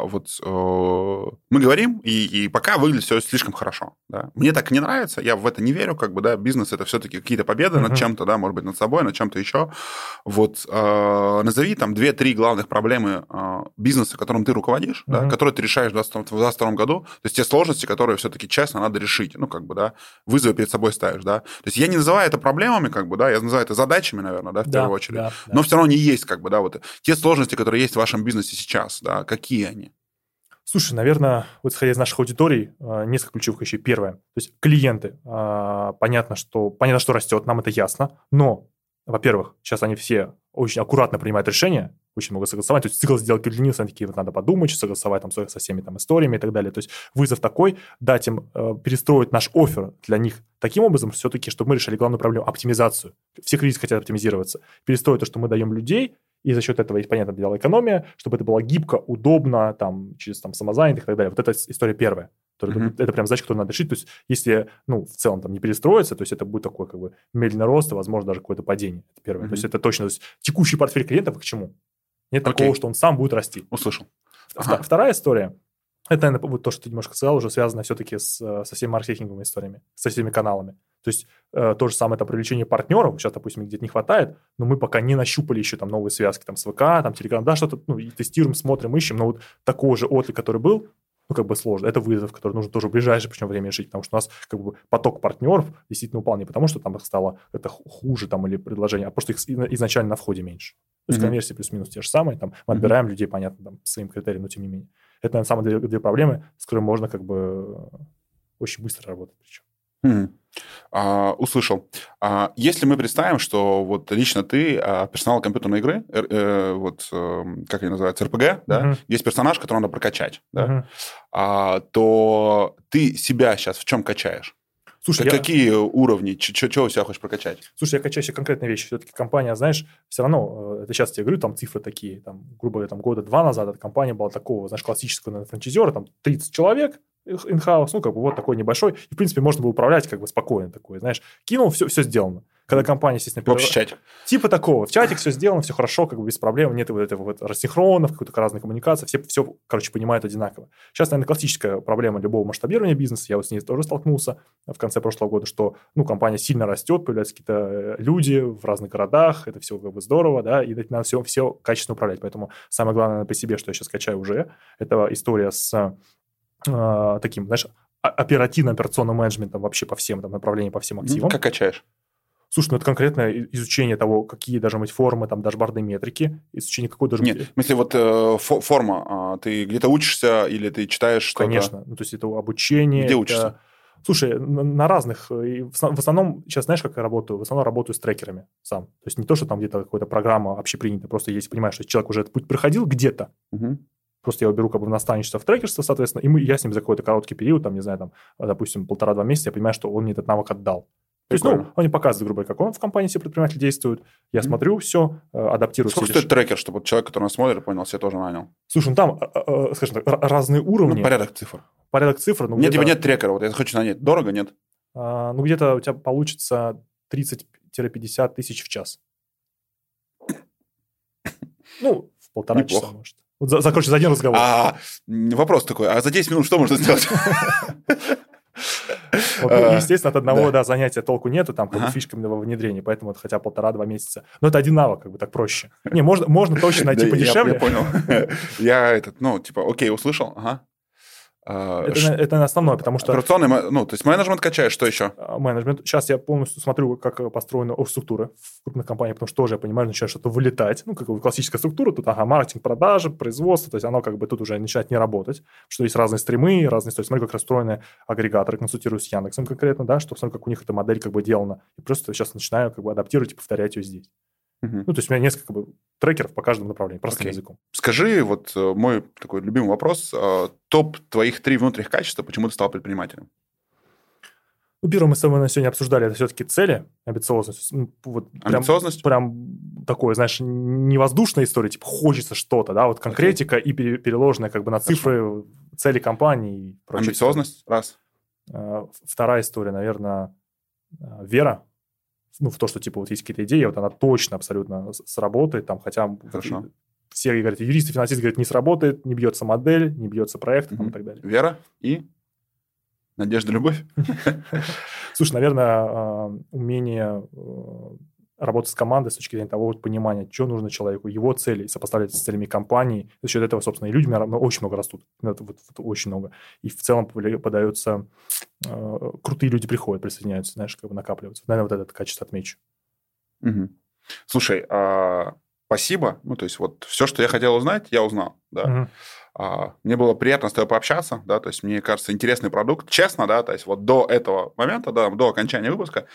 мы говорим, и пока выглядит все слишком хорошо. Да? Мне так не нравится, я в это не верю, как бы, да, бизнес это все-таки какие-то победы над чем-то, да, может быть, над собой, над чем-то еще. Вот назови там 2-3 главных проблемы бизнеса, которым ты руководишь, да, которые ты решаешь в 2022 году, то есть те сложности, которые все-таки честно надо решить, ну, как бы, да, вызовы перед собой ставишь, да. То есть я не называю это проблемами, как бы, да, я называю это задачами, наверное, да, в первую очередь. Да. Но все равно они есть, как бы, да, вот те сложности, которые есть в вашем бизнесе сейчас, да, какие они? Слушай, наверное, вот исходя из наших аудиторий, несколько ключевых вещей. Первое, то есть клиенты. Понятно, что растет, нам это ясно, но, во-первых, сейчас они все очень аккуратно принимают решения, очень много согласовать, то есть цикл сделки удлинился, они такие, вот надо подумать, согласовать там со всеми там историями и так далее. То есть вызов такой, дать им перестроить наш оффер для них таким образом, все-таки, чтобы мы решили главную проблему – оптимизацию. Все кризисы хотят оптимизироваться. Перестроить то, что мы даем людей, и за счет этого есть, понятное дело, экономия, чтобы это было гибко, удобно, там, через там, самозанятых и так далее. Вот это история первая. Это прям задача, которую надо решить. То есть если, в целом там не перестроиться, то есть это будет такой как бы медленный рост, и, возможно, даже какое-то падение. Это первое. То есть это точно, то есть текущий портфель клиентов к чему? Нет такого, что он сам будет расти. Услышал. Вторая история, это, наверное, вот то, что ты немножко сказал, уже связано все-таки со всеми маркетинговыми историями, со всеми каналами. То есть то же самое, это привлечение партнеров, сейчас, допустим, где-то не хватает, но мы пока не нащупали еще там новые связки там, с ВК, там, Телеграм, да, что-то, и тестируем, смотрим, ищем, но вот такого же отклика, который был, как бы сложно. Это вызов, который нужно тоже в ближайшее причем время решить, потому что у нас как бы поток партнеров действительно упал не потому, что там их стало это хуже там, или предложение, а просто их изначально на входе меньше. То есть конверсии плюс-минус те же самые, там, мы отбираем людей, понятно, там, по своим критериям, но тем не менее. Это, наверное, самые две проблемы, с которыми можно как бы очень быстро работать причем. Услышал. Если мы представим, что вот лично ты персонал компьютерной игры, как они называются, РПГ, да, есть персонаж, которого надо прокачать, да, то ты себя сейчас в чем качаешь? Слушай, какие уровни, чего у себя хочешь прокачать? Слушай, я качаю себе конкретные вещи. Все-таки компания, знаешь, все равно, это сейчас я говорю, там цифры такие, там, грубо говоря, там, года 2 назад эта компания была такого, знаешь, классического, наверное, франчайзера, там, 30 человек, in-house, как бы вот такой небольшой. И, в принципе, можно было управлять как бы спокойно такой, знаешь. Кинул, все сделано. Когда компания, естественно... Общий чатик. Типа такого. В чатик все сделано, все хорошо, как бы без проблем. Нет вот этого вот рассинхронов, какой-то разной коммуникации. Все, короче, понимают одинаково. Сейчас, наверное, классическая проблема любого масштабирования бизнеса. Я вот с ней тоже столкнулся в конце прошлого года, что, компания сильно растет, появляются какие-то люди в разных городах. Это все как бы здорово, да, и надо все качественно управлять. Поэтому самое главное по себе, что я сейчас качаю уже, это история с... таким, знаешь, оперативно-операционным менеджментом вообще по всем там, направлениям, по всем активам. Как качаешь? Слушай, это конкретное изучение того, какие должны быть формы, там, дашборды, метрики, изучение какой должен быть... Нет, в смысле, вот форма, ты где-то учишься или ты читаешь что-то? Конечно, то есть это обучение. Где учишься? Слушай, на разных, в основном, сейчас знаешь, как я работаю? В основном работаю с трекерами сам. То есть не то, что там где-то какая-то программа общепринята, просто если понимаешь, что человек уже этот путь проходил где-то, просто я его беру как бы в наставничество, в трекерство, соответственно, и я с ним за какой-то короткий период, там, не знаю, там, допустим, 1,5-2 месяца, я понимаю, что он мне этот навык отдал. То есть, он мне показывает, грубо говоря, как он в компании все предприниматели действует. Я смотрю все, адаптирую. Сколько стоит трекер, чтобы человек, который нас смотрит, понял, себе тоже нанял? Слушай, там, скажем так, разные уровни. Порядок цифр. Порядок цифр. Нет, типа нет трекера, вот я хочу нанять. Дорого, нет? Где-то у тебя получится 30-50 тысяч в час. В 1,5 часа, может. Вот короче, за один разговор. Вопрос такой, а за 10 минут что можно сделать? Естественно, от одного занятия толку нету, там как бы фишками во внедрении, поэтому это хотя 1,5-2 месяца. Но это один навык, как бы так проще. Не, можно точно найти подешевле. Я понял. Я окей, услышал, Это основное, потому что... Операционный, то есть менеджмент качаешь, что еще? Менеджмент. Сейчас я полностью смотрю, как построена структура в крупных компаниях, потому что тоже я понимаю, начинает что-то вылетать. Как классическая структура, тут маркетинг, продажи, производство, то есть оно тут уже начинает не работать, что есть разные стримы, разные истории. Смотрю, как расстроены агрегаторы, консультирую с Яндексом конкретно, да, что смотрю, как у них эта модель делана. И просто сейчас начинаю адаптировать и повторять ее здесь. То есть у меня несколько трекеров по каждому направлению, простым языком. Скажи, мой такой любимый вопрос. Топ твоих 3 внутренних качества, почему ты стал предпринимателем? Первое, мы с тобой сегодня обсуждали, это все-таки цели, амбициозность. Амбициозность? Прям такое, знаешь, не воздушная история, хочется что-то, да, конкретика и переложенная на цифры, цели компании и прочее. Амбициозность, раз. Вторая история, наверное, вера. В то, что, есть какие-то идеи, она точно абсолютно сработает, хотя все говорят, юристы, финансисты говорят, не сработает, не бьется модель, не бьется проект, и так далее. Вера и надежда, любовь? Слушай, наверное, умение работать с командой с точки зрения того понимания, что нужно человеку, его цели, сопоставлять с целями компании. За счет этого, собственно, и люди очень много растут. Очень много. И в целом подается... крутые люди приходят, присоединяются, знаешь, накапливаются. Наверное, это качество отмечу. Угу. Слушай, спасибо. Все, что я хотел узнать, я узнал. Да. Мне было приятно с тобой пообщаться, да, то есть мне кажется, интересный продукт. Честно, да, то есть до этого момента, да, до окончания выпуска,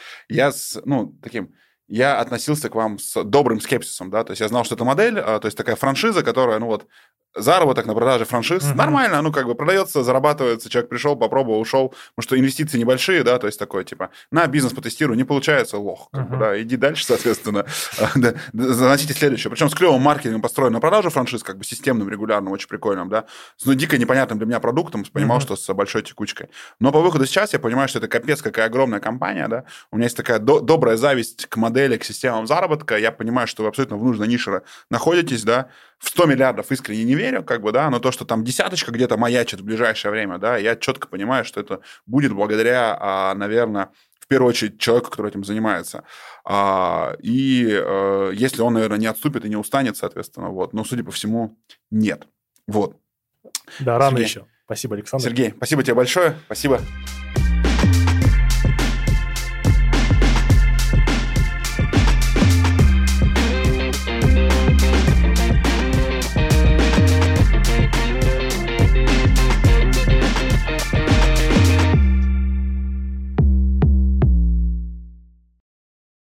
я относился к вам с добрым скепсисом, да, то есть я знал, что это модель, то есть такая франшиза, которая, заработок на продаже франшиз нормально, продается, зарабатывается, человек пришел, попробовал, ушел, потому что инвестиции небольшие, да, то есть такое, на бизнес потестирую, не получается, лох, да, иди дальше, соответственно, заносите следующее. Причем с клевым маркетингом построен на продажу франшиз, системным, регулярным, очень прикольным, да, с дико непонятным для меня продуктом, понимал, что с большой текучкой. Но по выходу сейчас я понимаю, что это капец какая огромная компания, да, у меня есть такая добрая зависть к модели, к системам заработка, я понимаю, что вы абсолютно в нужной нише находитесь, да, в 100 миллиардов искренне не верю, да, но то, что там десяточка где-то маячит в ближайшее время, да, я четко понимаю, что это будет благодаря, наверное, в первую очередь человеку, который этим занимается. И если он, наверное, не отступит и не устанет, соответственно, но, судя по всему, нет. Да, рано еще. Спасибо, Александр. Сергей, спасибо тебе большое. Спасибо.